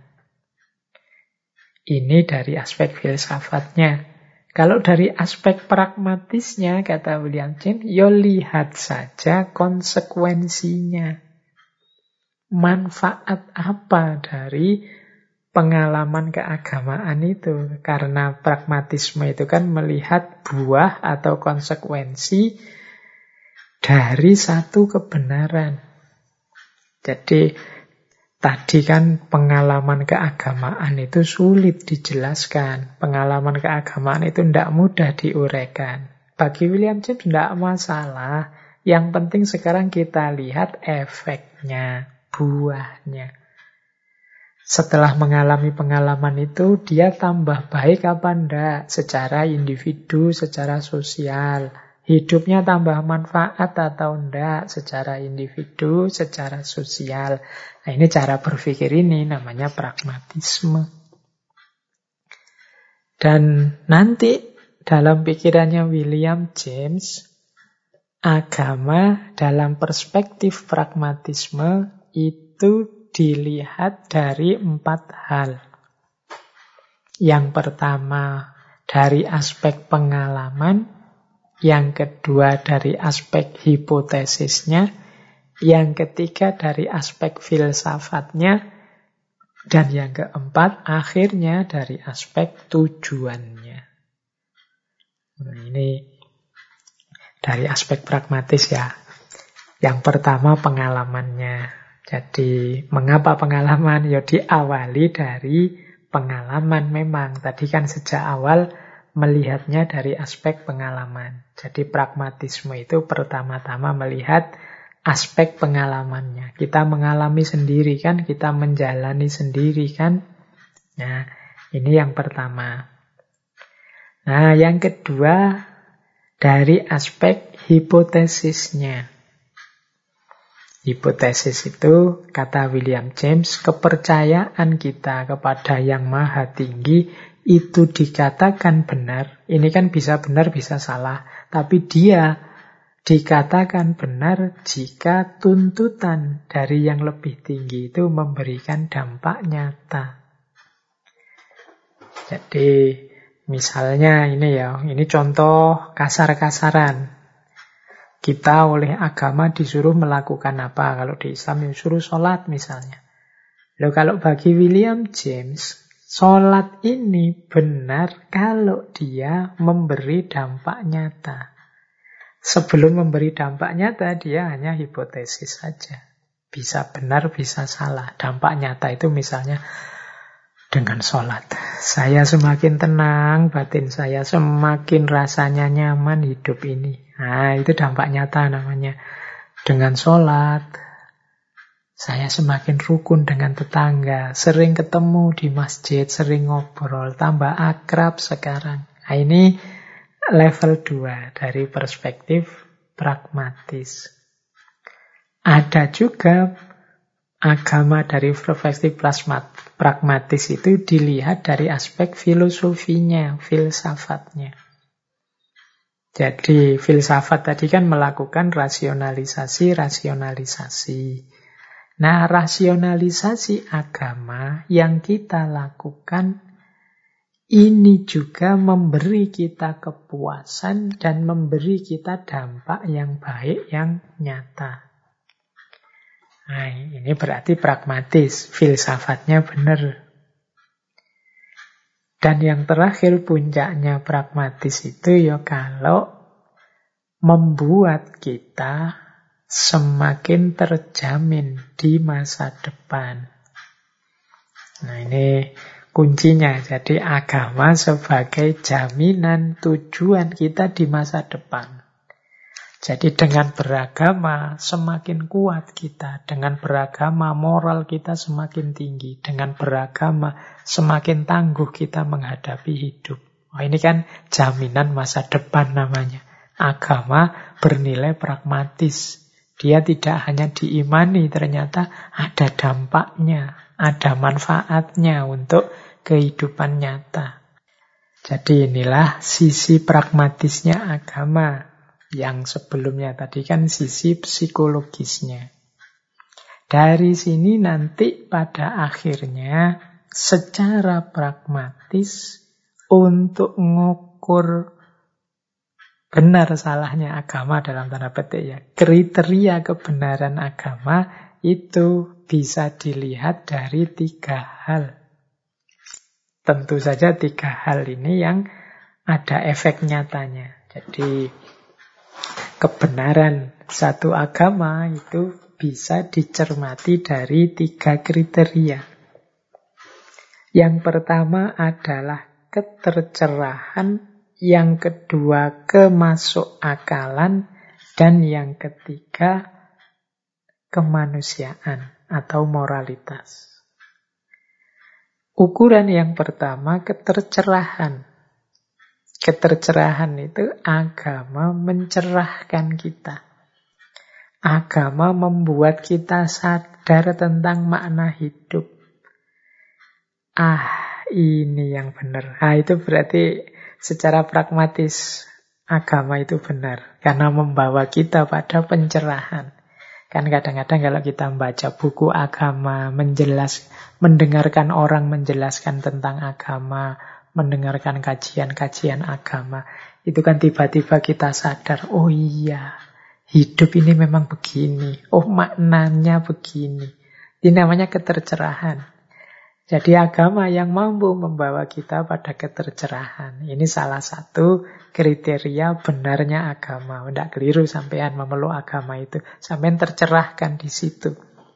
Ini dari aspek filsafatnya. Kalau dari aspek pragmatisnya, kata William James, ya lihat saja konsekuensinya. Manfaat apa dari pengalaman keagamaan itu? Karena pragmatisme itu kan melihat buah atau konsekuensi dari satu kebenaran. Jadi tadi kan pengalaman keagamaan itu sulit dijelaskan. Pengalaman keagamaan itu tidak mudah diuraikan. Bagi William James tidak masalah Yang penting sekarang kita lihat efeknya, buahnya. Setelah mengalami pengalaman itu, dia tambah baik apa enggak? Secara individu, secara sosial. Hidupnya tambah manfaat atau enggak? Secara individu, secara sosial. Nah, ini cara berpikir ini namanya pragmatisme. Dan nanti dalam pikirannya William James, agama dalam perspektif pragmatisme itu dilihat dari empat hal. Yang pertama dari aspek pengalaman, yang kedua dari aspek hipotesisnya, yang ketiga dari aspek filsafatnya, dan yang keempat akhirnya dari aspek tujuannya. Nah, ini dari aspek pragmatis ya. Yang pertama pengalamannya. Jadi mengapa pengalaman? Ya diawali dari pengalaman memang. Tadi kan sejak awal melihatnya dari aspek pengalaman. Jadi pragmatisme itu pertama-tama melihat aspek pengalamannya. Kita mengalami sendiri kan, kita menjalani sendiri kan. Nah, ini yang pertama. Nah, yang kedua dari aspek hipotesisnya. Hipotesis itu, kata William James, kepercayaan kita kepada yang maha tinggi itu dikatakan benar. Ini kan bisa benar, bisa salah. Tapi dia dikatakan benar jika tuntutan dari yang lebih tinggi itu memberikan dampak nyata. Jadi, misalnya ini ya, ini contoh kasar-kasaran. Kita oleh agama disuruh melakukan apa? Kalau di Islam disuruh sholat misalnya. Loh, kalau bagi William James, sholat ini benar kalau dia memberi dampak nyata. Sebelum memberi dampak nyata, dia hanya hipotesis saja. Bisa benar, bisa salah. Dampak nyata itu misalnya dengan sholat. Saya semakin tenang, batin saya semakin rasanya nyaman hidup ini. Nah, itu dampak nyata namanya. Dengan sholat, saya semakin rukun dengan tetangga, sering ketemu di masjid, sering ngobrol, tambah akrab sekarang. Nah, ini level dua dari perspektif pragmatis. Ada juga agama dari perspektif pragmatis itu dilihat dari aspek filosofinya, filsafatnya. Jadi filsafat tadi kan melakukan rasionalisasi-rasionalisasi. Nah, rasionalisasi agama yang kita lakukan ini juga memberi kita kepuasan dan memberi kita dampak yang baik, yang nyata. Nah, ini berarti pragmatis, filsafatnya benar. Dan yang terakhir puncaknya pragmatis itu ya kalau membuat kita semakin terjamin di masa depan. Nah, ini kuncinya. Jadi agama sebagai jaminan tujuan kita di masa depan. Jadi dengan beragama semakin kuat kita. Dengan beragama moral kita semakin tinggi. Dengan beragama semakin tangguh kita menghadapi hidup. Oh, ini kan jaminan masa depan namanya. Agama bernilai pragmatis. Dia tidak hanya diimani, ternyata ada dampaknya, ada manfaatnya untuk kehidupan nyata. Jadi inilah sisi pragmatisnya agama. Yang sebelumnya tadi kan sisi psikologisnya. Dari sini nanti pada akhirnya secara pragmatis untuk mengukur benar salahnya agama dalam tanda petik ya. Kriteria kebenaran agama itu bisa dilihat dari tiga hal. Tentu saja tiga hal ini yang ada efek nyatanya. Jadi kebenaran satu agama itu bisa dicermati dari tiga kriteria. Yang pertama adalah ketercerahan, yang kedua kemasuk akalan, Dan yang ketiga, kemanusiaan atau moralitas. Ukuran yang pertama, ketercerahan. Ketercerahan itu agama mencerahkan kita. Agama membuat kita sadar tentang makna hidup. Ah, ini yang benar. Ah, itu berarti secara pragmatis agama itu benar. Karena membawa kita pada pencerahan. Kan kadang-kadang kalau kita membaca buku agama, menjelas, mendengarkan orang menjelaskan tentang agama, mendengarkan kajian-kajian agama, itu kan tiba-tiba kita sadar, oh iya, hidup ini memang begini, oh maknanya begini. Ini namanya ketercerahan. Jadi agama yang mampu membawa kita pada ketercerahan. Ini salah satu kriteria benarnya agama. Tidak keliru sampean memeluk agama itu. Sampean tercerahkan di situ.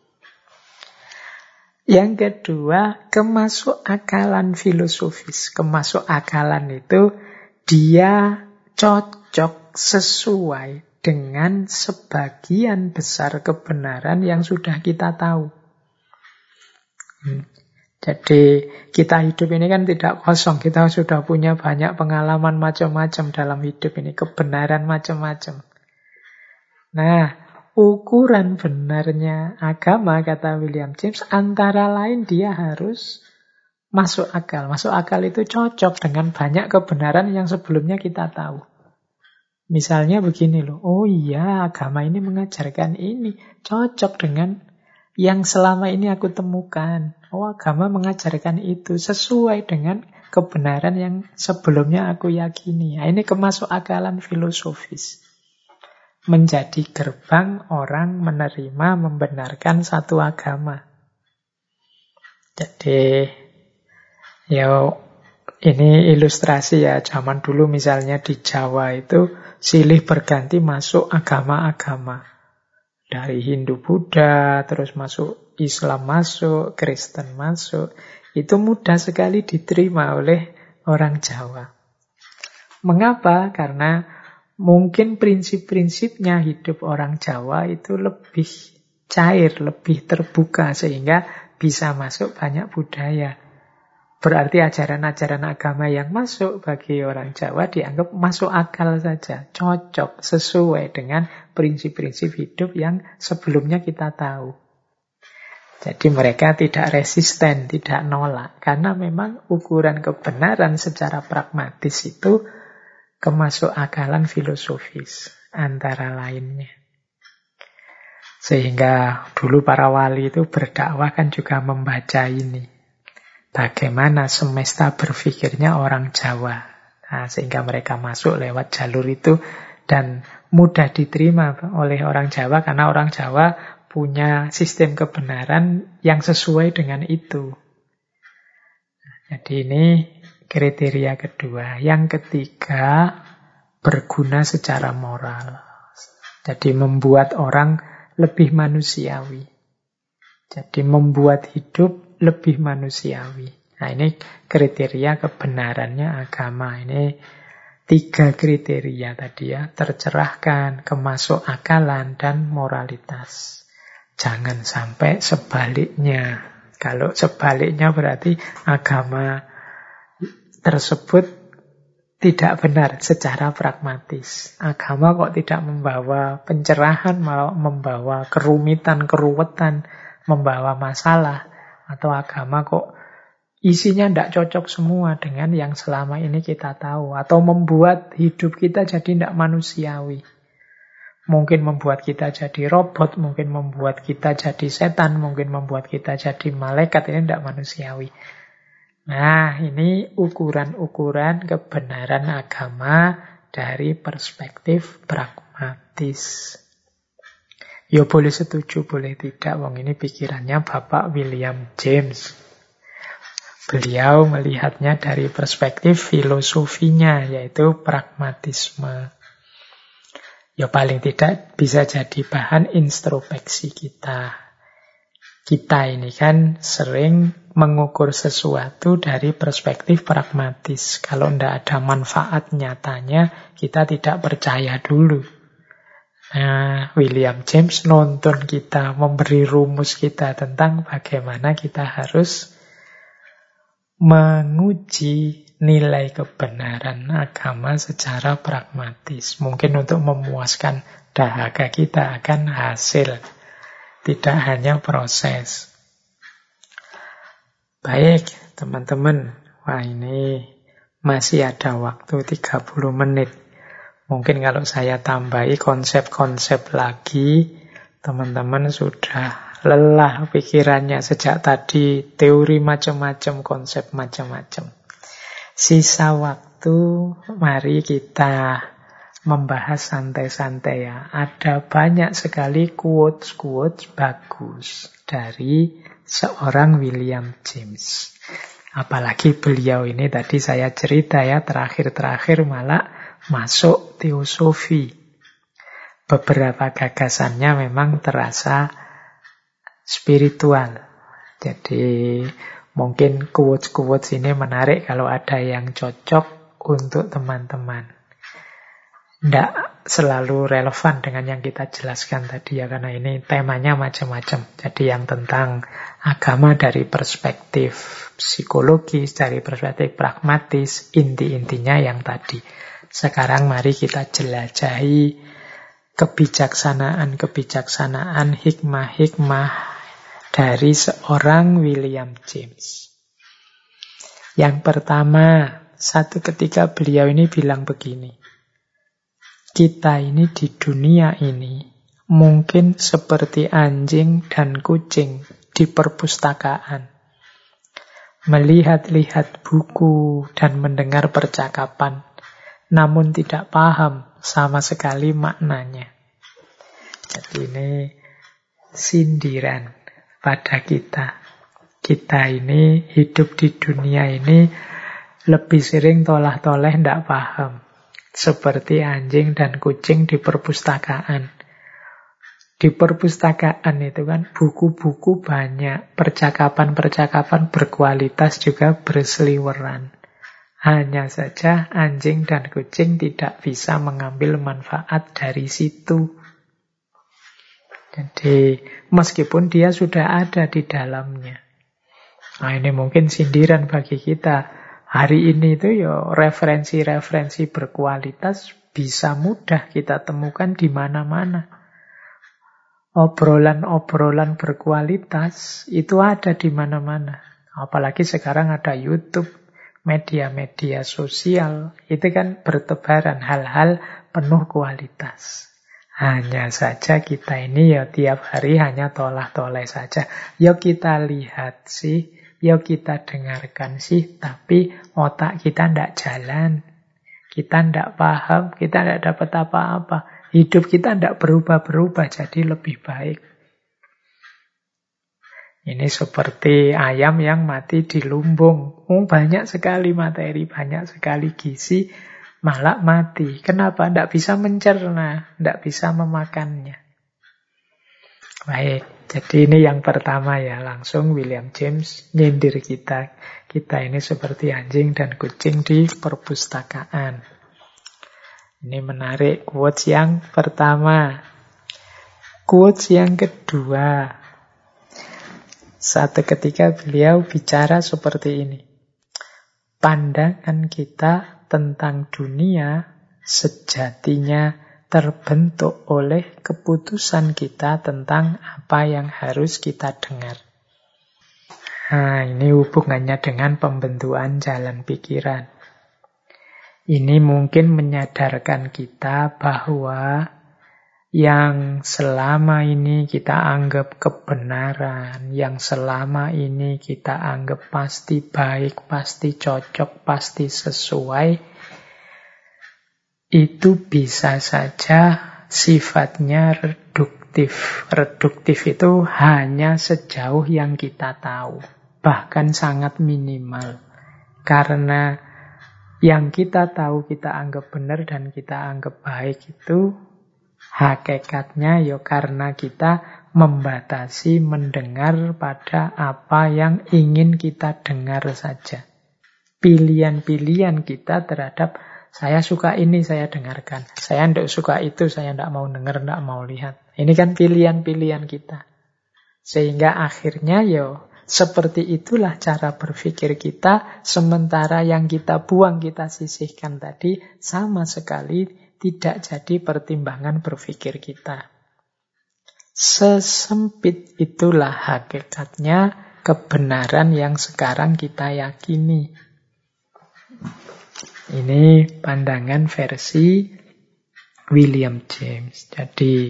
Yang kedua, kemasukakalan filosofis. Kemasukakalan itu dia cocok sesuai dengan sebagian besar kebenaran yang sudah kita tahu. Hmm. Jadi kita hidup ini kan tidak kosong. Kita sudah punya banyak pengalaman macam-macam dalam hidup ini. Kebenaran macam-macam. Nah, ukuran benarnya agama, kata William James, antara lain dia harus masuk akal. Masuk akal itu cocok dengan banyak kebenaran yang sebelumnya kita tahu. Misalnya begini loh, oh iya agama ini mengajarkan ini. Cocok dengan yang selama ini aku temukan. Oh, agama mengajarkan itu sesuai dengan kebenaran yang sebelumnya aku yakini. Nah, ini kemasukakalan filosofis. Menjadi gerbang orang menerima, membenarkan satu agama. Jadi, ya ini ilustrasi ya. Zaman dulu misalnya di Jawa itu silih berganti masuk agama-agama. Dari Hindu Buddha, terus masuk Islam masuk, Kristen masuk. Itu mudah sekali diterima oleh orang Jawa. Mengapa? Karena mungkin prinsip-prinsipnya hidup orang Jawa itu lebih cair, lebih terbuka, sehingga bisa masuk banyak budaya. Berarti ajaran-ajaran agama yang masuk bagi orang Jawa dianggap masuk akal saja, cocok, sesuai dengan prinsip-prinsip hidup yang sebelumnya kita tahu. Jadi mereka tidak resisten, tidak nolak. Karena memang ukuran kebenaran secara pragmatis itu kemasukakalan filosofis antara lainnya. Sehingga dulu para wali itu berdakwah kan juga membaca ini. Bagaimana semesta berpikirnya orang Jawa. Nah, sehingga mereka masuk lewat jalur itu dan mudah diterima oleh orang Jawa karena orang Jawa punya sistem kebenaran yang sesuai dengan itu. Jadi ini kriteria kedua. Yang ketiga, berguna secara moral. Jadi membuat orang lebih manusiawi. Jadi membuat hidup lebih manusiawi. Nah, ini kriteria kebenarannya agama. Ini tiga kriteria tadi ya. Tercerahkan, kemasukakalan, dan moralitas. Jangan sampai sebaliknya. Kalau sebaliknya berarti agama tersebut tidak benar secara pragmatis. Agama kok tidak membawa pencerahan, malah membawa kerumitan, keruwetan, membawa masalah. Atau agama kok isinya tidak cocok semua dengan yang selama ini kita tahu. Atau membuat hidup kita jadi tidak manusiawi. Mungkin membuat kita jadi robot, mungkin membuat kita jadi setan, mungkin membuat kita jadi malaikat. Ini tidak manusiawi. Nah, ini ukuran-ukuran kebenaran agama dari perspektif pragmatis. Ya boleh setuju, boleh tidak. Wong ini pikirannya Bapak William James. Beliau melihatnya dari perspektif filosofinya, yaitu pragmatisme. Ya paling tidak bisa jadi bahan introspeksi kita. Kita ini kan sering mengukur sesuatu dari perspektif pragmatis. Kalau tidak ada manfaat nyatanya, kita tidak percaya dulu. Nah, William James nonton kita, memberi rumus kita tentang bagaimana kita harus menguji nilai kebenaran agama secara pragmatis. Mungkin untuk memuaskan dahaga kita akan hasil, tidak hanya proses. Baik, teman-teman. Wah, ini masih ada waktu tiga puluh menit. Mungkin kalau saya tambahi konsep-konsep lagi, teman-teman sudah lelah pikirannya sejak tadi, teori macam-macam, konsep macam-macam. Sisa waktu, mari kita membahas santai-santai ya. Ada banyak sekali quotes-quotes bagus dari seorang William James. Apalagi beliau ini tadi saya cerita ya, terakhir-terakhir malah masuk teosofi. Beberapa gagasannya memang terasa spiritual. Jadi mungkin quotes-quotes ini menarik kalau ada yang cocok untuk teman-teman. Tidak selalu relevan dengan yang kita jelaskan tadi ya, karena ini temanya macam-macam. Jadi yang tentang agama dari perspektif psikologis, dari perspektif pragmatis, inti-intinya yang tadi. Sekarang mari kita jelajahi kebijaksanaan-kebijaksanaan, hikmah-hikmah dari seorang William James. Yang pertama, satu ketika beliau ini bilang begini, kita ini di dunia ini mungkin seperti anjing dan kucing di perpustakaan. Melihat-lihat buku dan mendengar percakapan, namun tidak paham sama sekali maknanya. Jadi ini sindiran pada kita. Kita ini hidup di dunia ini lebih sering tolah-toleh tidak paham. Seperti anjing dan kucing di perpustakaan. Di perpustakaan itu kan buku-buku banyak, percakapan-percakapan berkualitas juga berseliweran. Hanya saja anjing dan kucing tidak bisa mengambil manfaat dari situ. Jadi meskipun dia sudah ada di dalamnya. Nah ini mungkin sindiran bagi kita. Hari ini itu ya referensi-referensi berkualitas bisa mudah kita temukan di mana-mana. Obrolan-obrolan berkualitas itu ada di mana-mana. Apalagi sekarang ada YouTube, media-media sosial, itu kan bertebaran hal-hal penuh kualitas. Hanya saja kita ini ya tiap hari hanya tolah-toleh saja. Ya kita lihat sih, ya kita dengarkan sih, tapi otak kita tidak jalan. Kita tidak paham, kita tidak dapat apa-apa. Hidup kita tidak berubah-berubah, jadi lebih baik. Ini seperti ayam yang mati di lumbung. Oh, banyak sekali materi, banyak sekali gizi, malah mati. Kenapa? Tidak bisa mencerna, tidak bisa memakannya. Baik, jadi ini yang pertama ya, langsung William James nyindir kita. Kita ini seperti anjing dan kucing di perpustakaan. Ini menarik quotes yang pertama. Quotes yang kedua. Satu ketika beliau bicara seperti ini. Pandangan kita tentang dunia sejatinya terbentuk oleh keputusan kita tentang apa yang harus kita dengar. Nah, ini hubungannya dengan pembentukan jalan pikiran. Ini mungkin menyadarkan kita bahwa yang selama ini kita anggap kebenaran, yang selama ini kita anggap pasti baik, pasti cocok, pasti sesuai, itu bisa saja sifatnya reduktif. Reduktif itu hanya sejauh yang kita tahu, bahkan sangat minimal. Karena yang kita tahu, kita anggap benar dan kita anggap baik itu hakikatnya ya karena kita membatasi mendengar pada apa yang ingin kita dengar saja. Pilihan-pilihan kita terhadap Saya suka ini, saya dengarkan. Saya tidak suka itu, saya tidak mau dengar, tidak mau lihat. Ini kan pilihan-pilihan kita. Sehingga akhirnya yo seperti itulah cara berpikir kita, sementara yang kita buang, kita sisihkan tadi, sama sekali tidak jadi pertimbangan berpikir kita. Sesempit itulah hakikatnya kebenaran yang sekarang kita yakini. Ini pandangan versi William James. Jadi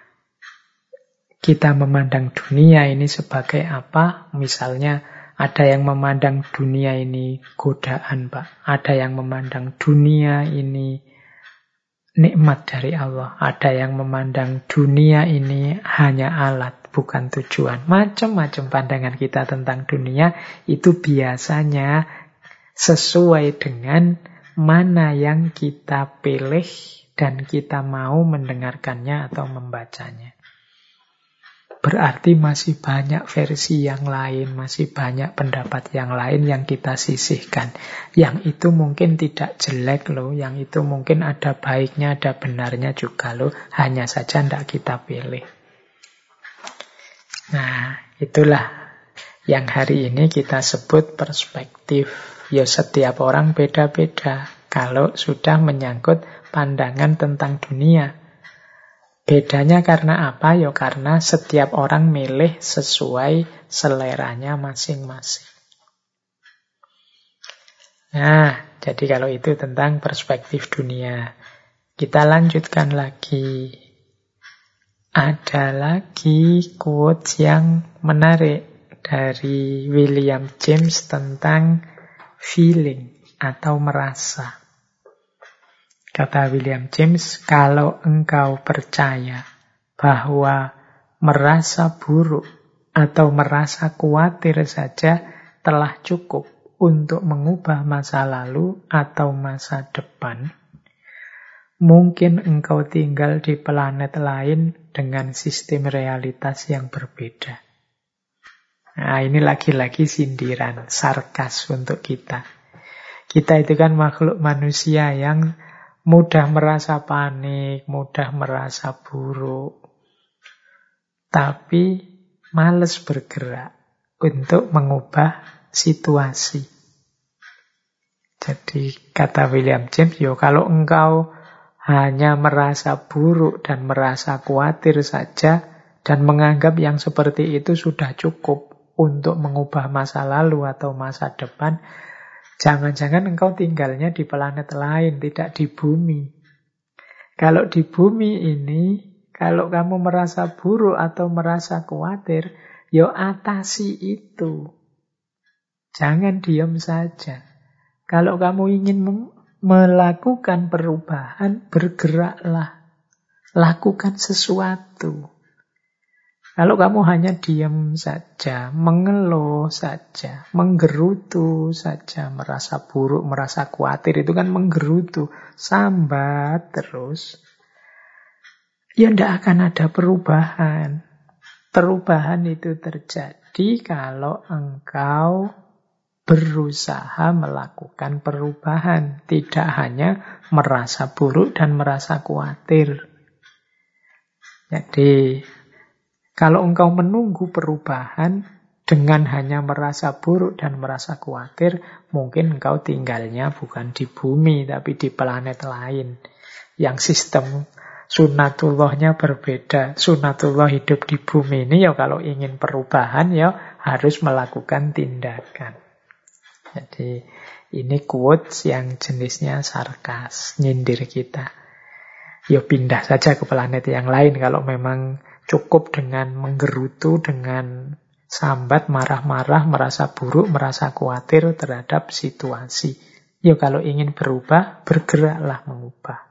kita memandang dunia ini sebagai apa? Misalnya ada yang memandang dunia ini godaan, Pak. Ada yang memandang dunia ini nikmat dari Allah. Ada yang memandang dunia ini hanya alat, bukan tujuan. Macam-macam pandangan kita tentang dunia itu biasanya sesuai dengan mana yang kita pilih dan kita mau mendengarkannya atau membacanya. Berarti masih banyak versi yang lain, masih banyak pendapat yang lain yang kita sisihkan. Yang itu mungkin tidak jelek loh, yang itu mungkin ada baiknya, ada benarnya juga loh. Hanya saja tidak kita pilih. Nah, itulah yang hari ini kita sebut perspektif. Ya setiap orang beda-beda kalau sudah menyangkut pandangan tentang dunia. Bedanya karena apa? Ya karena setiap orang milih sesuai seleranya masing-masing. Nah, jadi kalau itu tentang perspektif dunia. Kita lanjutkan lagi. Ada lagi quotes yang menarik dari William James tentang feeling atau merasa. Kata William James, kalau engkau percaya bahwa merasa buruk atau merasa khawatir saja telah cukup untuk mengubah masa lalu atau masa depan, mungkin engkau tinggal di planet lain dengan sistem realitas yang berbeda. Nah, ini lagi-lagi sindiran, sarkas untuk kita. Kita itu kan makhluk manusia yang mudah merasa panik, mudah merasa buruk. Tapi males bergerak untuk mengubah situasi. Jadi kata William James, yo kalau engkau hanya merasa buruk dan merasa khawatir saja dan menganggap yang seperti itu sudah cukup untuk mengubah masa lalu atau masa depan, jangan-jangan engkau tinggalnya di planet lain, tidak di bumi. Kalau di bumi ini, kalau kamu merasa buruk atau merasa khawatir, ya atasi itu. Jangan diam saja. Kalau kamu ingin melakukan perubahan, bergeraklah. Lakukan sesuatu. Kalau kamu hanya diam saja, mengeluh saja, menggerutu saja, merasa buruk, merasa khawatir, itu kan menggerutu, sambat terus, ya tidak akan ada perubahan. Perubahan itu terjadi kalau engkau berusaha melakukan perubahan, tidak hanya merasa buruk dan merasa khawatir. Jadi, kalau engkau menunggu perubahan dengan hanya merasa buruk dan merasa khawatir, mungkin engkau tinggalnya bukan di bumi, tapi di planet lain. Yang sistem sunatullahnya berbeda. Sunatullah hidup di bumi ini, ya kalau ingin perubahan, ya harus melakukan tindakan. Jadi ini quotes yang jenisnya sarkas, nyindir kita. Ya pindah saja ke planet yang lain kalau memang cukup dengan menggerutu, dengan sambat, marah-marah, merasa buruk, merasa khawatir terhadap situasi. Ya kalau ingin berubah, bergeraklah mengubah.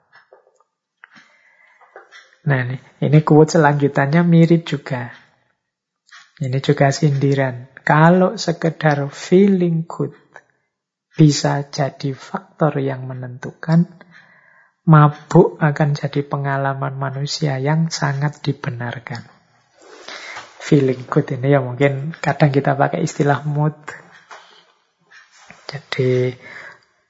Nah ini, ini quote selanjutannya mirip juga. Ini juga sindiran. Kalau sekedar feeling good bisa jadi faktor yang menentukan, mabuk akan jadi pengalaman manusia yang sangat dibenarkan. Feeling good ini ya mungkin kadang kita pakai istilah mood. Jadi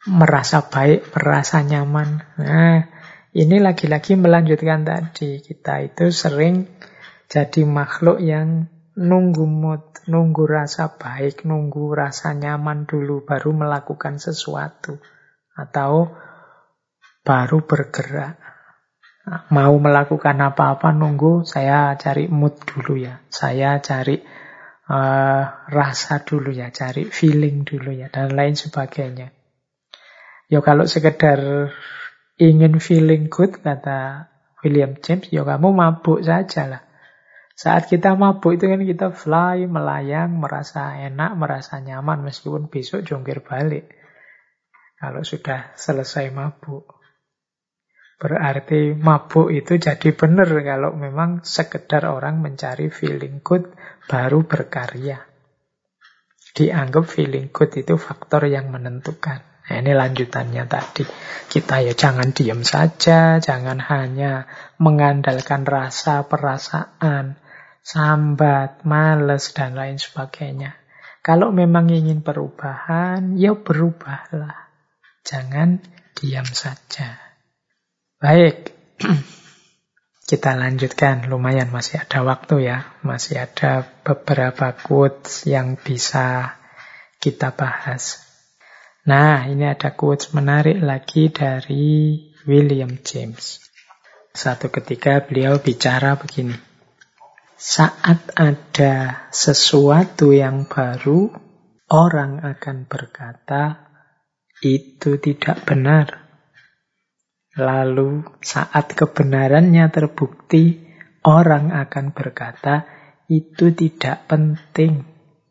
merasa baik, merasa nyaman. Nah, ini lagi-lagi melanjutkan tadi. Kita itu sering jadi makhluk yang nunggu mood, nunggu rasa baik, nunggu rasa nyaman dulu, baru melakukan sesuatu. Atau baru bergerak. Mau melakukan apa-apa, nunggu saya cari mood dulu ya. Saya cari uh, rasa dulu ya, cari feeling dulu ya, dan lain sebagainya. Ya kalau sekedar ingin feeling good, kata William James, ya kamu mabuk saja lah. Saat kita mabuk itu kan kita fly, melayang, merasa enak, merasa nyaman, meskipun besok jongkir balik. Kalau sudah selesai mabuk. Berarti mabuk itu jadi benar kalau memang sekedar orang mencari feeling good baru berkarya. Dianggap feeling good itu faktor yang menentukan. Nah, ini lanjutannya tadi. Kita ya jangan diam saja, jangan hanya mengandalkan rasa, perasaan, sambat, males, dan lain sebagainya. Kalau memang ingin perubahan, ya berubahlah. Jangan diam saja. Baik, kita lanjutkan. Lumayan masih ada waktu ya. Masih ada beberapa quotes yang bisa kita bahas. Nah, ini ada quotes menarik lagi dari William James. Satu ketika beliau bicara begini. Saat ada sesuatu yang baru, orang akan berkata, itu tidak benar. Lalu saat kebenarannya terbukti, orang akan berkata, itu tidak penting.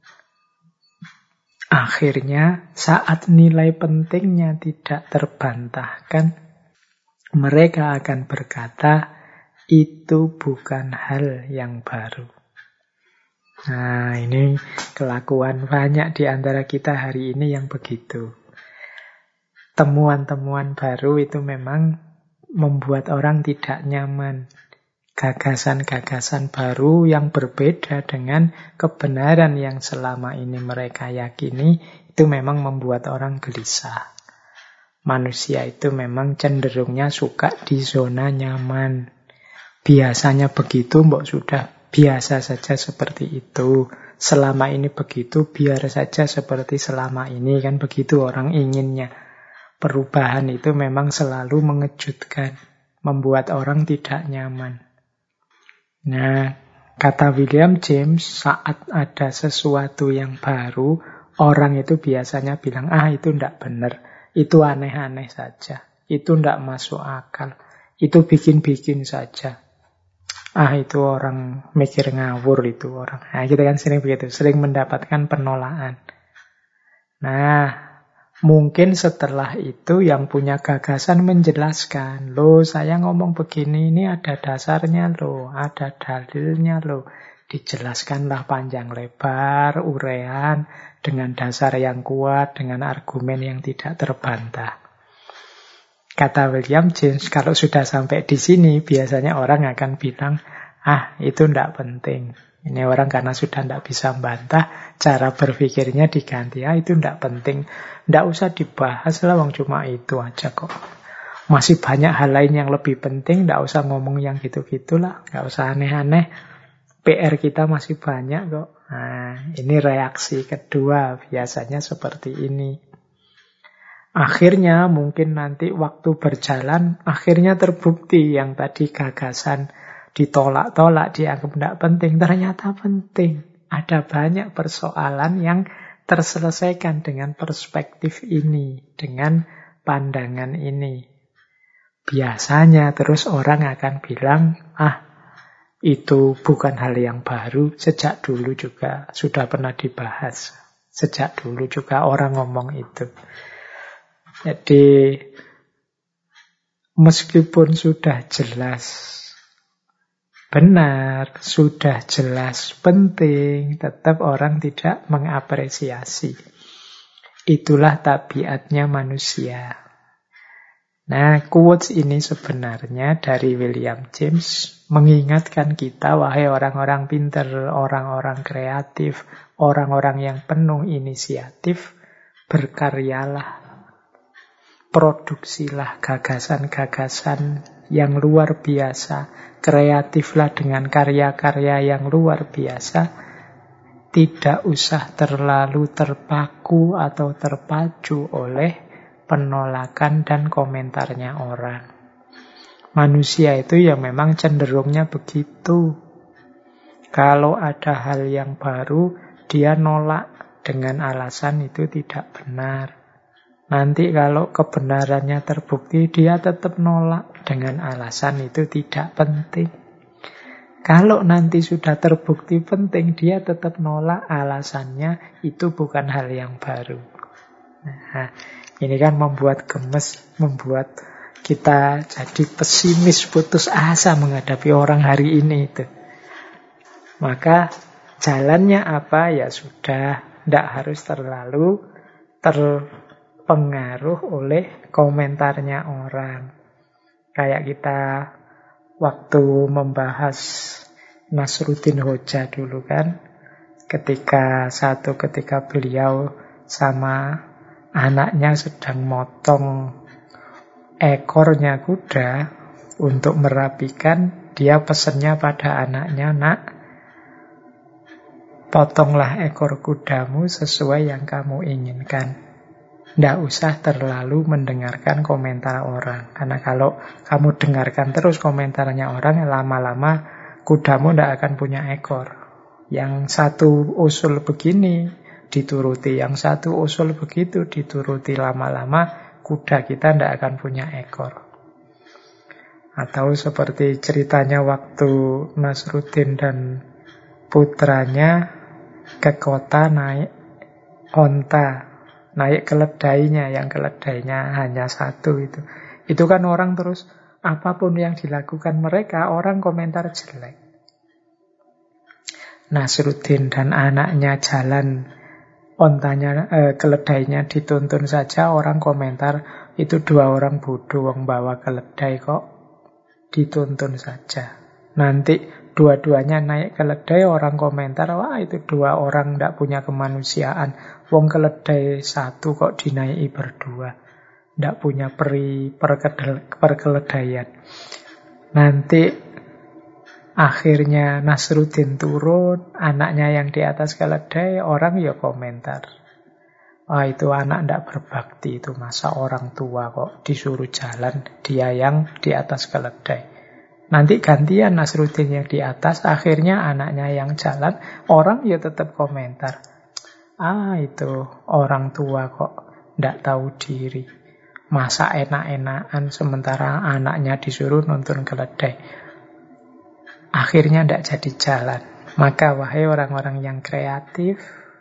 Akhirnya saat nilai pentingnya tidak terbantahkan, mereka akan berkata, itu bukan hal yang baru. Nah, ini kelakuan banyak di antara kita hari ini yang begitu. Temuan-temuan baru itu memang membuat orang tidak nyaman. Gagasan-gagasan baru yang berbeda dengan kebenaran yang selama ini mereka yakini, itu memang membuat orang gelisah. Manusia itu memang cenderungnya suka di zona nyaman. Biasanya begitu, mbok sudah biasa saja seperti itu. Selama ini begitu, biar saja seperti selama ini. Kan begitu orang inginnya. Perubahan itu memang selalu mengejutkan, membuat orang tidak nyaman. Nah, kata William James, saat ada sesuatu yang baru, orang itu biasanya bilang, ah itu tidak benar, itu aneh-aneh saja, itu tidak masuk akal, itu bikin-bikin saja. Ah itu orang mikir ngawur itu orang. Nah kita kan sering begitu, sering mendapatkan penolakan. Nah, mungkin setelah itu yang punya gagasan menjelaskan, loh saya ngomong begini ini ada dasarnya loh, ada dalilnya loh. Dijelaskanlah panjang lebar, urean, dengan dasar yang kuat, dengan argumen yang tidak terbantah. Kata William James, kalau sudah sampai di sini, biasanya orang akan bilang, ah itu tidak penting. Ini orang karena sudah tidak bisa membantah, cara berpikirnya diganti. Ah itu tidak penting. Tidak usah dibahas lah, wong cuma itu aja kok. Masih banyak hal lain yang lebih penting, tidak usah ngomong yang gitu-gitulah. Tidak usah aneh-aneh. P R kita masih banyak kok. Nah, ini reaksi kedua, biasanya seperti ini. Akhirnya mungkin nanti waktu berjalan, akhirnya terbukti yang tadi gagasan ditolak-tolak, dianggap tidak penting, ternyata penting. Ada banyak persoalan yang terselesaikan dengan perspektif ini, dengan pandangan ini. Biasanya terus orang akan bilang, ah itu bukan hal yang baru, sejak dulu juga sudah pernah dibahas. Sejak dulu juga orang ngomong itu. Jadi meskipun sudah jelas benar, sudah jelas penting, tetap orang tidak mengapresiasi. Itulah tabiatnya manusia. Nah, quotes ini sebenarnya dari William James mengingatkan kita, wahai orang-orang pintar, orang-orang kreatif, orang-orang yang penuh inisiatif, berkaryalah. produksilah gagasan-gagasan yang luar biasa, kreatiflah dengan karya-karya yang luar biasa. Tidak usah terlalu terpaku atau terpacu oleh penolakan dan komentarnya orang. Manusia itu ya memang cenderungnya begitu. Kalau ada hal yang baru, dia nolak dengan alasan itu tidak benar. Nanti kalau kebenarannya terbukti, dia tetap nolak dengan alasan itu tidak penting. Kalau nanti sudah terbukti penting, dia tetap nolak, alasannya itu bukan hal yang baru. Nah, ini kan membuat gemes, membuat kita jadi pesimis, putus asa menghadapi orang hari ini itu. Maka jalannya apa? Ya sudah, tidak harus terlalu terpengaruh oleh komentarnya orang. Kayak kita waktu membahas Nasruddin Hoja dulu kan, ketika satu ketika beliau sama anaknya sedang motong ekornya kuda untuk merapikan, dia pesannya pada anaknya, nak, potonglah ekor kudamu sesuai yang kamu inginkan. Tidak usah terlalu mendengarkan komentar orang. Karena kalau kamu dengarkan terus komentarnya orang, lama-lama kudamu tidak akan punya ekor. Yang satu usul begini dituruti, yang satu usul begitu dituruti, lama-lama kuda kita tidak akan punya ekor. Atau seperti ceritanya waktu Nasruddin dan putranya ke kota naik onta, naik keledainya, yang keledainya hanya satu itu. Itu kan orang terus, apapun yang dilakukan mereka, orang komentar jelek. Nasruddin dan anaknya jalan, ontanya, eh, keledainya dituntun saja, orang komentar, itu dua orang bodoh, yang bawa keledai kok dituntun saja. Nanti dua-duanya naik keledai, orang komentar, wah itu dua orang tidak punya kemanusiaan. Wong keledai satu kok dinaiki berdua. Tidak punya peri perkeledaian. Nanti akhirnya Nasruddin turun, anaknya yang di atas keledai, orang ya komentar. Wah itu anak tidak berbakti, itu masa orang tua kok disuruh jalan, dia yang di atas keledai. Nanti gantian Nasruddin yang di atas, akhirnya anaknya yang jalan, orang ya tetap komentar. Ah itu orang tua kok tidak tahu diri. Masa enak-enakan sementara anaknya disuruh nonton keledai. Akhirnya tidak jadi jalan. Maka wahai orang-orang yang kreatif,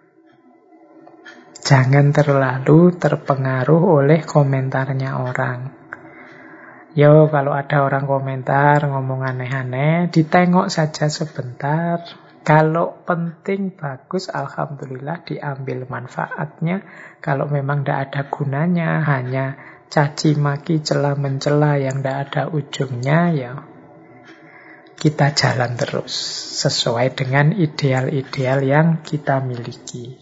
jangan terlalu terpengaruh oleh komentarnya orang. Yo, kalau ada orang komentar, ngomong aneh-aneh, ditengok saja sebentar. Kalau penting, bagus, alhamdulillah, diambil manfaatnya. Kalau memang tidak ada gunanya, hanya caci maki, cela mencela yang tidak ada ujungnya, ya kita jalan terus sesuai dengan ideal-ideal yang kita miliki.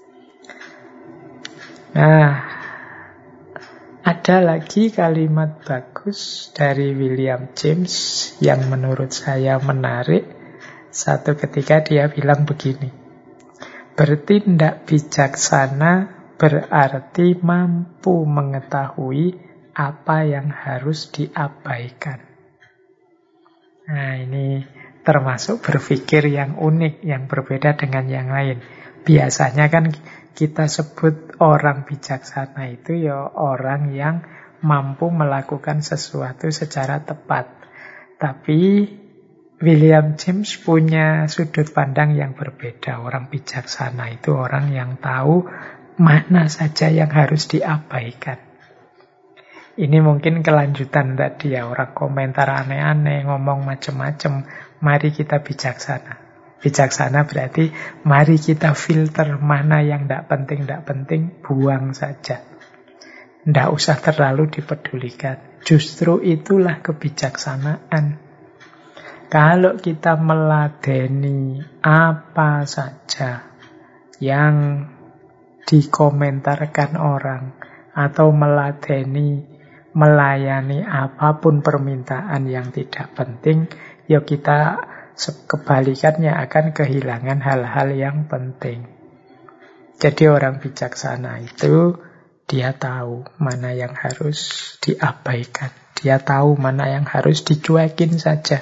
Nah, ada lagi kalimat bagus dari William James yang menurut saya menarik. Satu ketika dia bilang begini, bertindak bijaksana berarti mampu mengetahui apa yang harus diabaikan. Nah ini termasuk berpikir yang unik, yang berbeda dengan yang lain. Biasanya kan kita sebut orang bijaksana itu ya orang yang mampu melakukan sesuatu secara tepat. Tapi William James punya sudut pandang yang berbeda. Orang bijaksana itu orang yang tahu mana saja yang harus diabaikan. Ini mungkin kelanjutan tadi ya, orang komentar aneh-aneh, ngomong macam-macam. Mari kita bijaksana. Bijaksana berarti mari kita filter mana yang tidak penting, tidak penting, buang saja. Tidak usah terlalu dipedulikan. Justru itulah kebijaksanaan. Kalau kita meladeni apa saja yang dikomentarkan orang, atau meladeni, melayani apapun permintaan yang tidak penting, ya kita kebalikannya akan kehilangan hal-hal yang penting. Jadi orang bijaksana itu dia tahu mana yang harus diabaikan. Dia tahu mana yang harus dicuekin saja.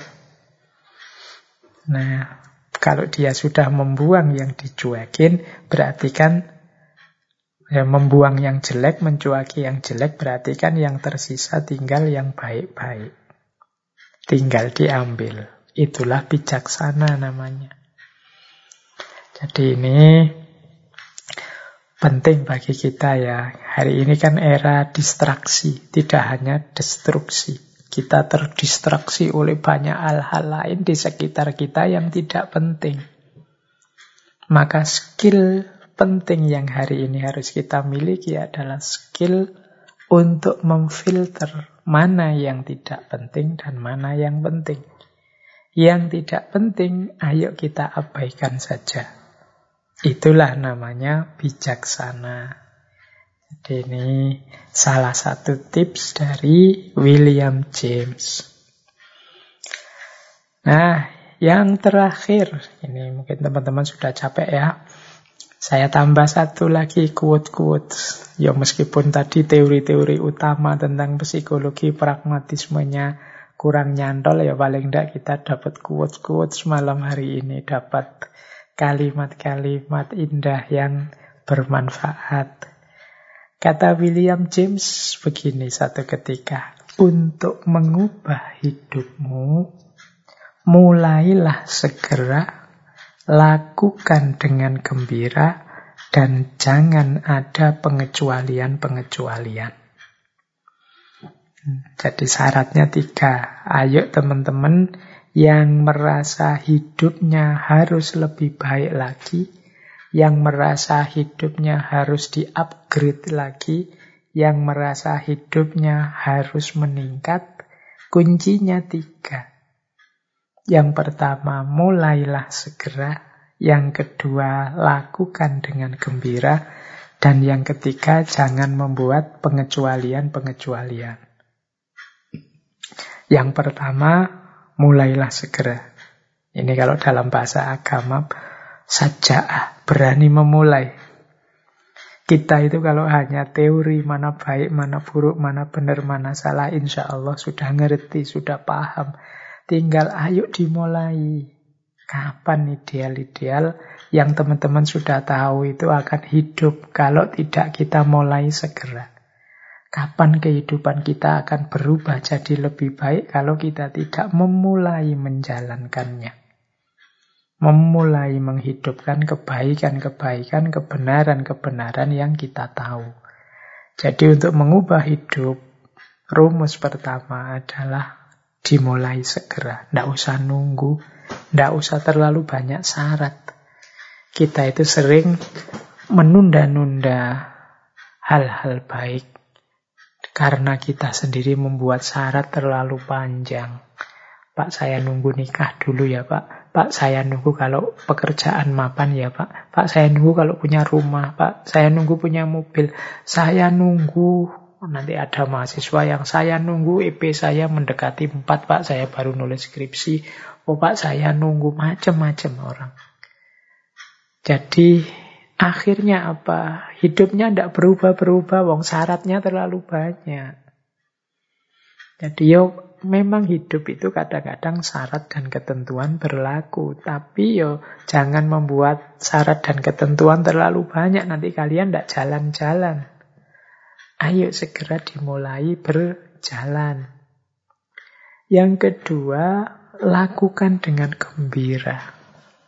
Nah, kalau dia sudah membuang yang dicuekin, berarti kan ya, membuang yang jelek, mencuaki yang jelek, berarti kan yang tersisa tinggal yang baik-baik. Tinggal diambil. Itulah bijaksana namanya. Jadi ini penting bagi kita ya. Hari ini kan era distraksi, tidak hanya destruksi. Kita terdistraksi oleh banyak hal-hal lain di sekitar kita yang tidak penting. Maka skill penting yang hari ini harus kita miliki adalah skill untuk memfilter mana yang tidak penting dan mana yang penting. Yang tidak penting, ayo kita abaikan saja. Itulah namanya bijaksana. Jadi ini salah satu tips dari William James. Nah, yang terakhir, ini mungkin teman-teman sudah capek ya. Saya tambah satu lagi quote-quote. Ya meskipun tadi teori-teori utama tentang psikologi pragmatismenya kurang nyantol, ya paling tidak kita dapat quote-quote malam hari ini. Dapat kalimat-kalimat indah yang bermanfaat. Kata William James begini satu ketika, untuk mengubah hidupmu, mulailah segera, lakukan dengan gembira, dan jangan ada pengecualian-pengecualian. Jadi syaratnya tiga. Ayo teman-teman yang merasa hidupnya harus lebih baik lagi, yang merasa hidupnya harus di-upgrade lagi, yang merasa hidupnya harus meningkat, kuncinya tiga. Yang pertama, mulailah segera. Yang kedua, lakukan dengan gembira. Dan yang ketiga, jangan membuat pengecualian-pengecualian. Yang pertama, mulailah segera. Ini kalau dalam bahasa agama, saja'ah, berani memulai. Kita itu kalau hanya teori mana baik, mana buruk, mana benar, mana salah, insya Allah sudah ngerti, sudah paham. Tinggal ayo dimulai. Kapan ideal-ideal yang teman-teman sudah tahu itu akan hidup kalau tidak kita mulai segera. Kapan kehidupan kita akan berubah jadi lebih baik kalau kita tidak memulai menjalankannya. Memulai menghidupkan kebaikan-kebaikan, kebenaran-kebenaran yang kita tahu. Jadi untuk mengubah hidup, rumus pertama adalah dimulai segera. Tidak usah nunggu, tidak usah terlalu banyak syarat. Kita itu sering menunda-nunda hal-hal baik karena kita sendiri membuat syarat terlalu panjang. Pak, saya nunggu nikah dulu ya Pak. Pak, saya nunggu kalau pekerjaan mapan ya Pak. Pak, saya nunggu kalau punya rumah. Pak, saya nunggu punya mobil. Saya nunggu, nanti ada mahasiswa yang saya nunggu E P saya mendekati empat Pak, saya baru nulis skripsi. Oh Pak, saya nunggu, macam-macam orang. Jadi akhirnya apa? Hidupnya tidak berubah-berubah, wong syaratnya terlalu banyak. Jadi yo memang hidup itu kadang-kadang syarat dan ketentuan berlaku. Tapi yo jangan membuat syarat dan ketentuan terlalu banyak. Nanti kalian tidak jalan-jalan. Ayo segera dimulai berjalan. Yang kedua, lakukan dengan gembira.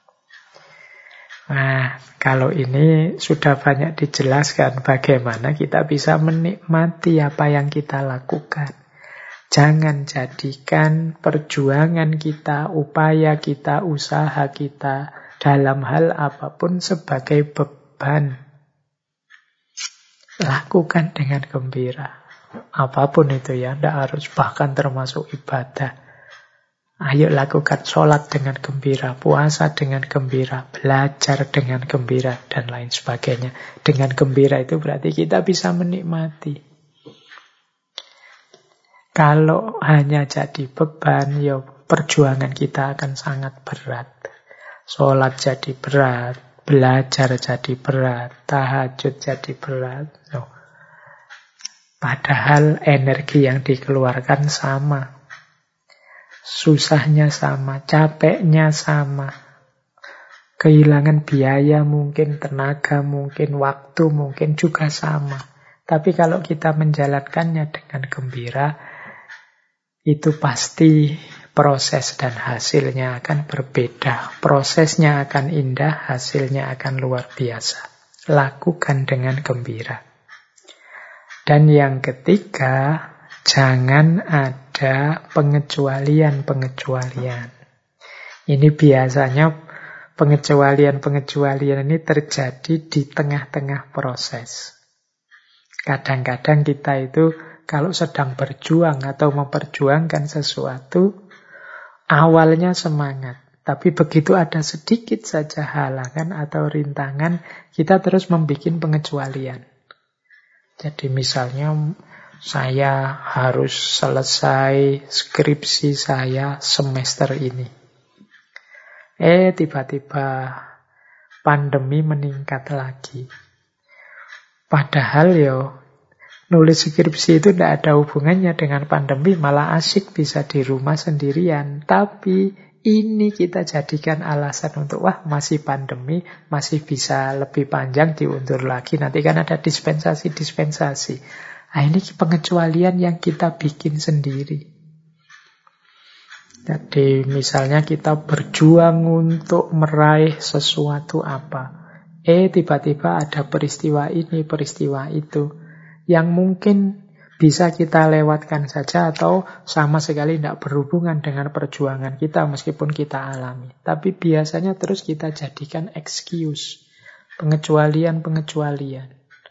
Nah, kalau ini sudah banyak dijelaskan bagaimana kita bisa menikmati apa yang kita lakukan. Jangan jadikan perjuangan kita, upaya kita, usaha kita dalam hal apapun sebagai beban. Lakukan dengan gembira. Apapun itu ya, tidak harus bahkan termasuk ibadah. Ayo lakukan sholat dengan gembira, puasa dengan gembira, belajar dengan gembira, dan lain sebagainya. Dengan gembira itu berarti kita bisa menikmati. Kalau hanya jadi beban, ya perjuangan kita akan sangat berat. Sholat jadi berat, belajar jadi berat, tahajud jadi berat. No. Padahal energi yang dikeluarkan sama. Susahnya sama, capeknya sama. Kehilangan biaya mungkin, tenaga mungkin, waktu mungkin juga sama. Tapi kalau kita menjalankannya dengan gembira, itu pasti proses dan hasilnya akan berbeda. Prosesnya akan indah, hasilnya akan luar biasa. Lakukan dengan gembira. Dan yang ketiga, jangan ada pengecualian-pengecualian. Ini biasanya pengecualian-pengecualian ini terjadi di tengah-tengah proses. Kadang-kadang kita itu kalau sedang berjuang atau memperjuangkan sesuatu, awalnya semangat. Tapi begitu ada sedikit saja halangan atau rintangan, kita terus membuat pengecualian. Jadi misalnya saya harus selesai skripsi saya semester ini. Eh, tiba-tiba pandemi meningkat lagi. Padahal ya, nulis skripsi itu tidak ada hubungannya dengan pandemi, malah asyik bisa di rumah sendirian. Tapi ini kita jadikan alasan untuk, wah masih pandemi, masih bisa lebih panjang, diundur lagi. Nanti kan ada dispensasi-dispensasi. Nah, ini pengecualian yang kita bikin sendiri. Jadi misalnya kita berjuang untuk meraih sesuatu apa. Eh tiba-tiba ada peristiwa ini, peristiwa itu. Yang mungkin bisa kita lewatkan saja atau sama sekali tidak berhubungan dengan perjuangan kita meskipun kita alami. Tapi biasanya terus kita jadikan excuse. Pengecualian-pengecualian.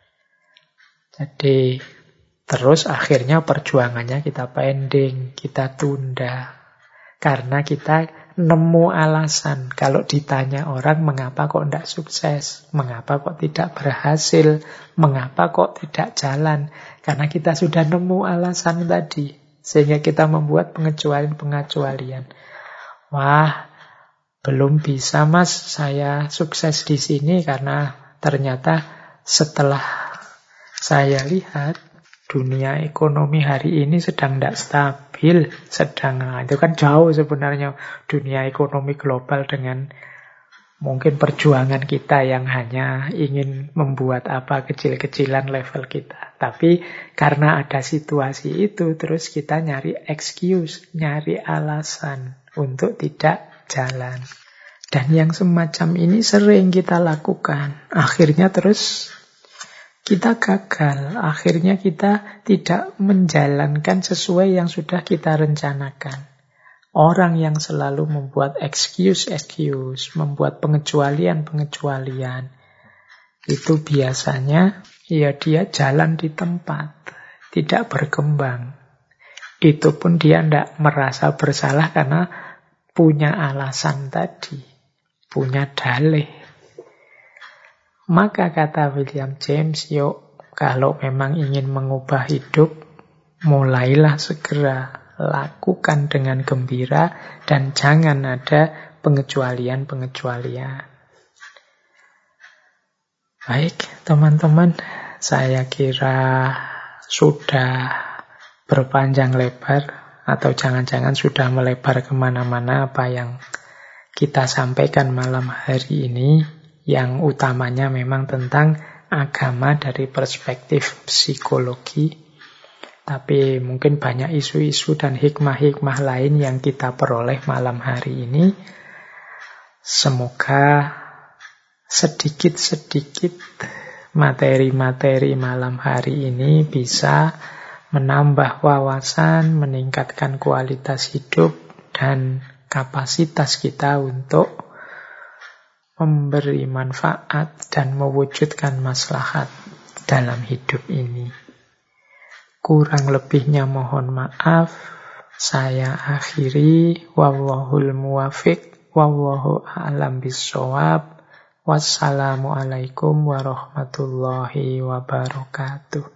Jadi terus akhirnya perjuangannya kita pending, kita tunda. Karena kita nemu alasan. Kalau ditanya orang mengapa kok tidak sukses, mengapa kok tidak berhasil, mengapa kok tidak jalan. Karena kita sudah nemu alasan tadi. Sehingga kita membuat pengecualian-pengecualian. Wah, belum bisa mas saya sukses di sini karena ternyata setelah saya lihat dunia ekonomi hari ini sedang tidak stabil, sedang nah, itu kan jauh sebenarnya dunia ekonomi global dengan mungkin perjuangan kita yang hanya ingin membuat apa kecil-kecilan level kita. Tapi karena ada situasi itu, terus kita nyari excuse, nyari alasan untuk tidak jalan. Dan yang semacam ini sering kita lakukan. Akhirnya terus kita gagal, akhirnya kita tidak menjalankan sesuai yang sudah kita rencanakan. Orang yang selalu membuat excuse-excuse, membuat pengecualian-pengecualian, itu biasanya ya dia jalan di tempat, tidak berkembang. Itu pun dia tidak merasa bersalah karena punya alasan tadi, punya dalih. Maka kata William James, yuk kalau memang ingin mengubah hidup, mulailah segera, lakukan dengan gembira, dan jangan ada pengecualian-pengecualian. Baik, teman-teman, saya kira sudah berpanjang lebar, atau jangan-jangan sudah melebar kemana-mana apa yang kita sampaikan malam hari ini. Yang utamanya memang tentang agama dari perspektif psikologi. Tapi mungkin banyak isu-isu dan hikmah-hikmah lain yang kita peroleh malam hari ini. Semoga sedikit-sedikit materi-materi malam hari ini bisa menambah wawasan, meningkatkan kualitas hidup, dan kapasitas kita untuk memberi manfaat dan mewujudkan maslahat dalam hidup ini. Kurang lebihnya mohon maaf. Saya akhiri, wallahul muwafiq, wallahu a'lam bissawab. Wassalamualaikum warahmatullahi wabarakatuh.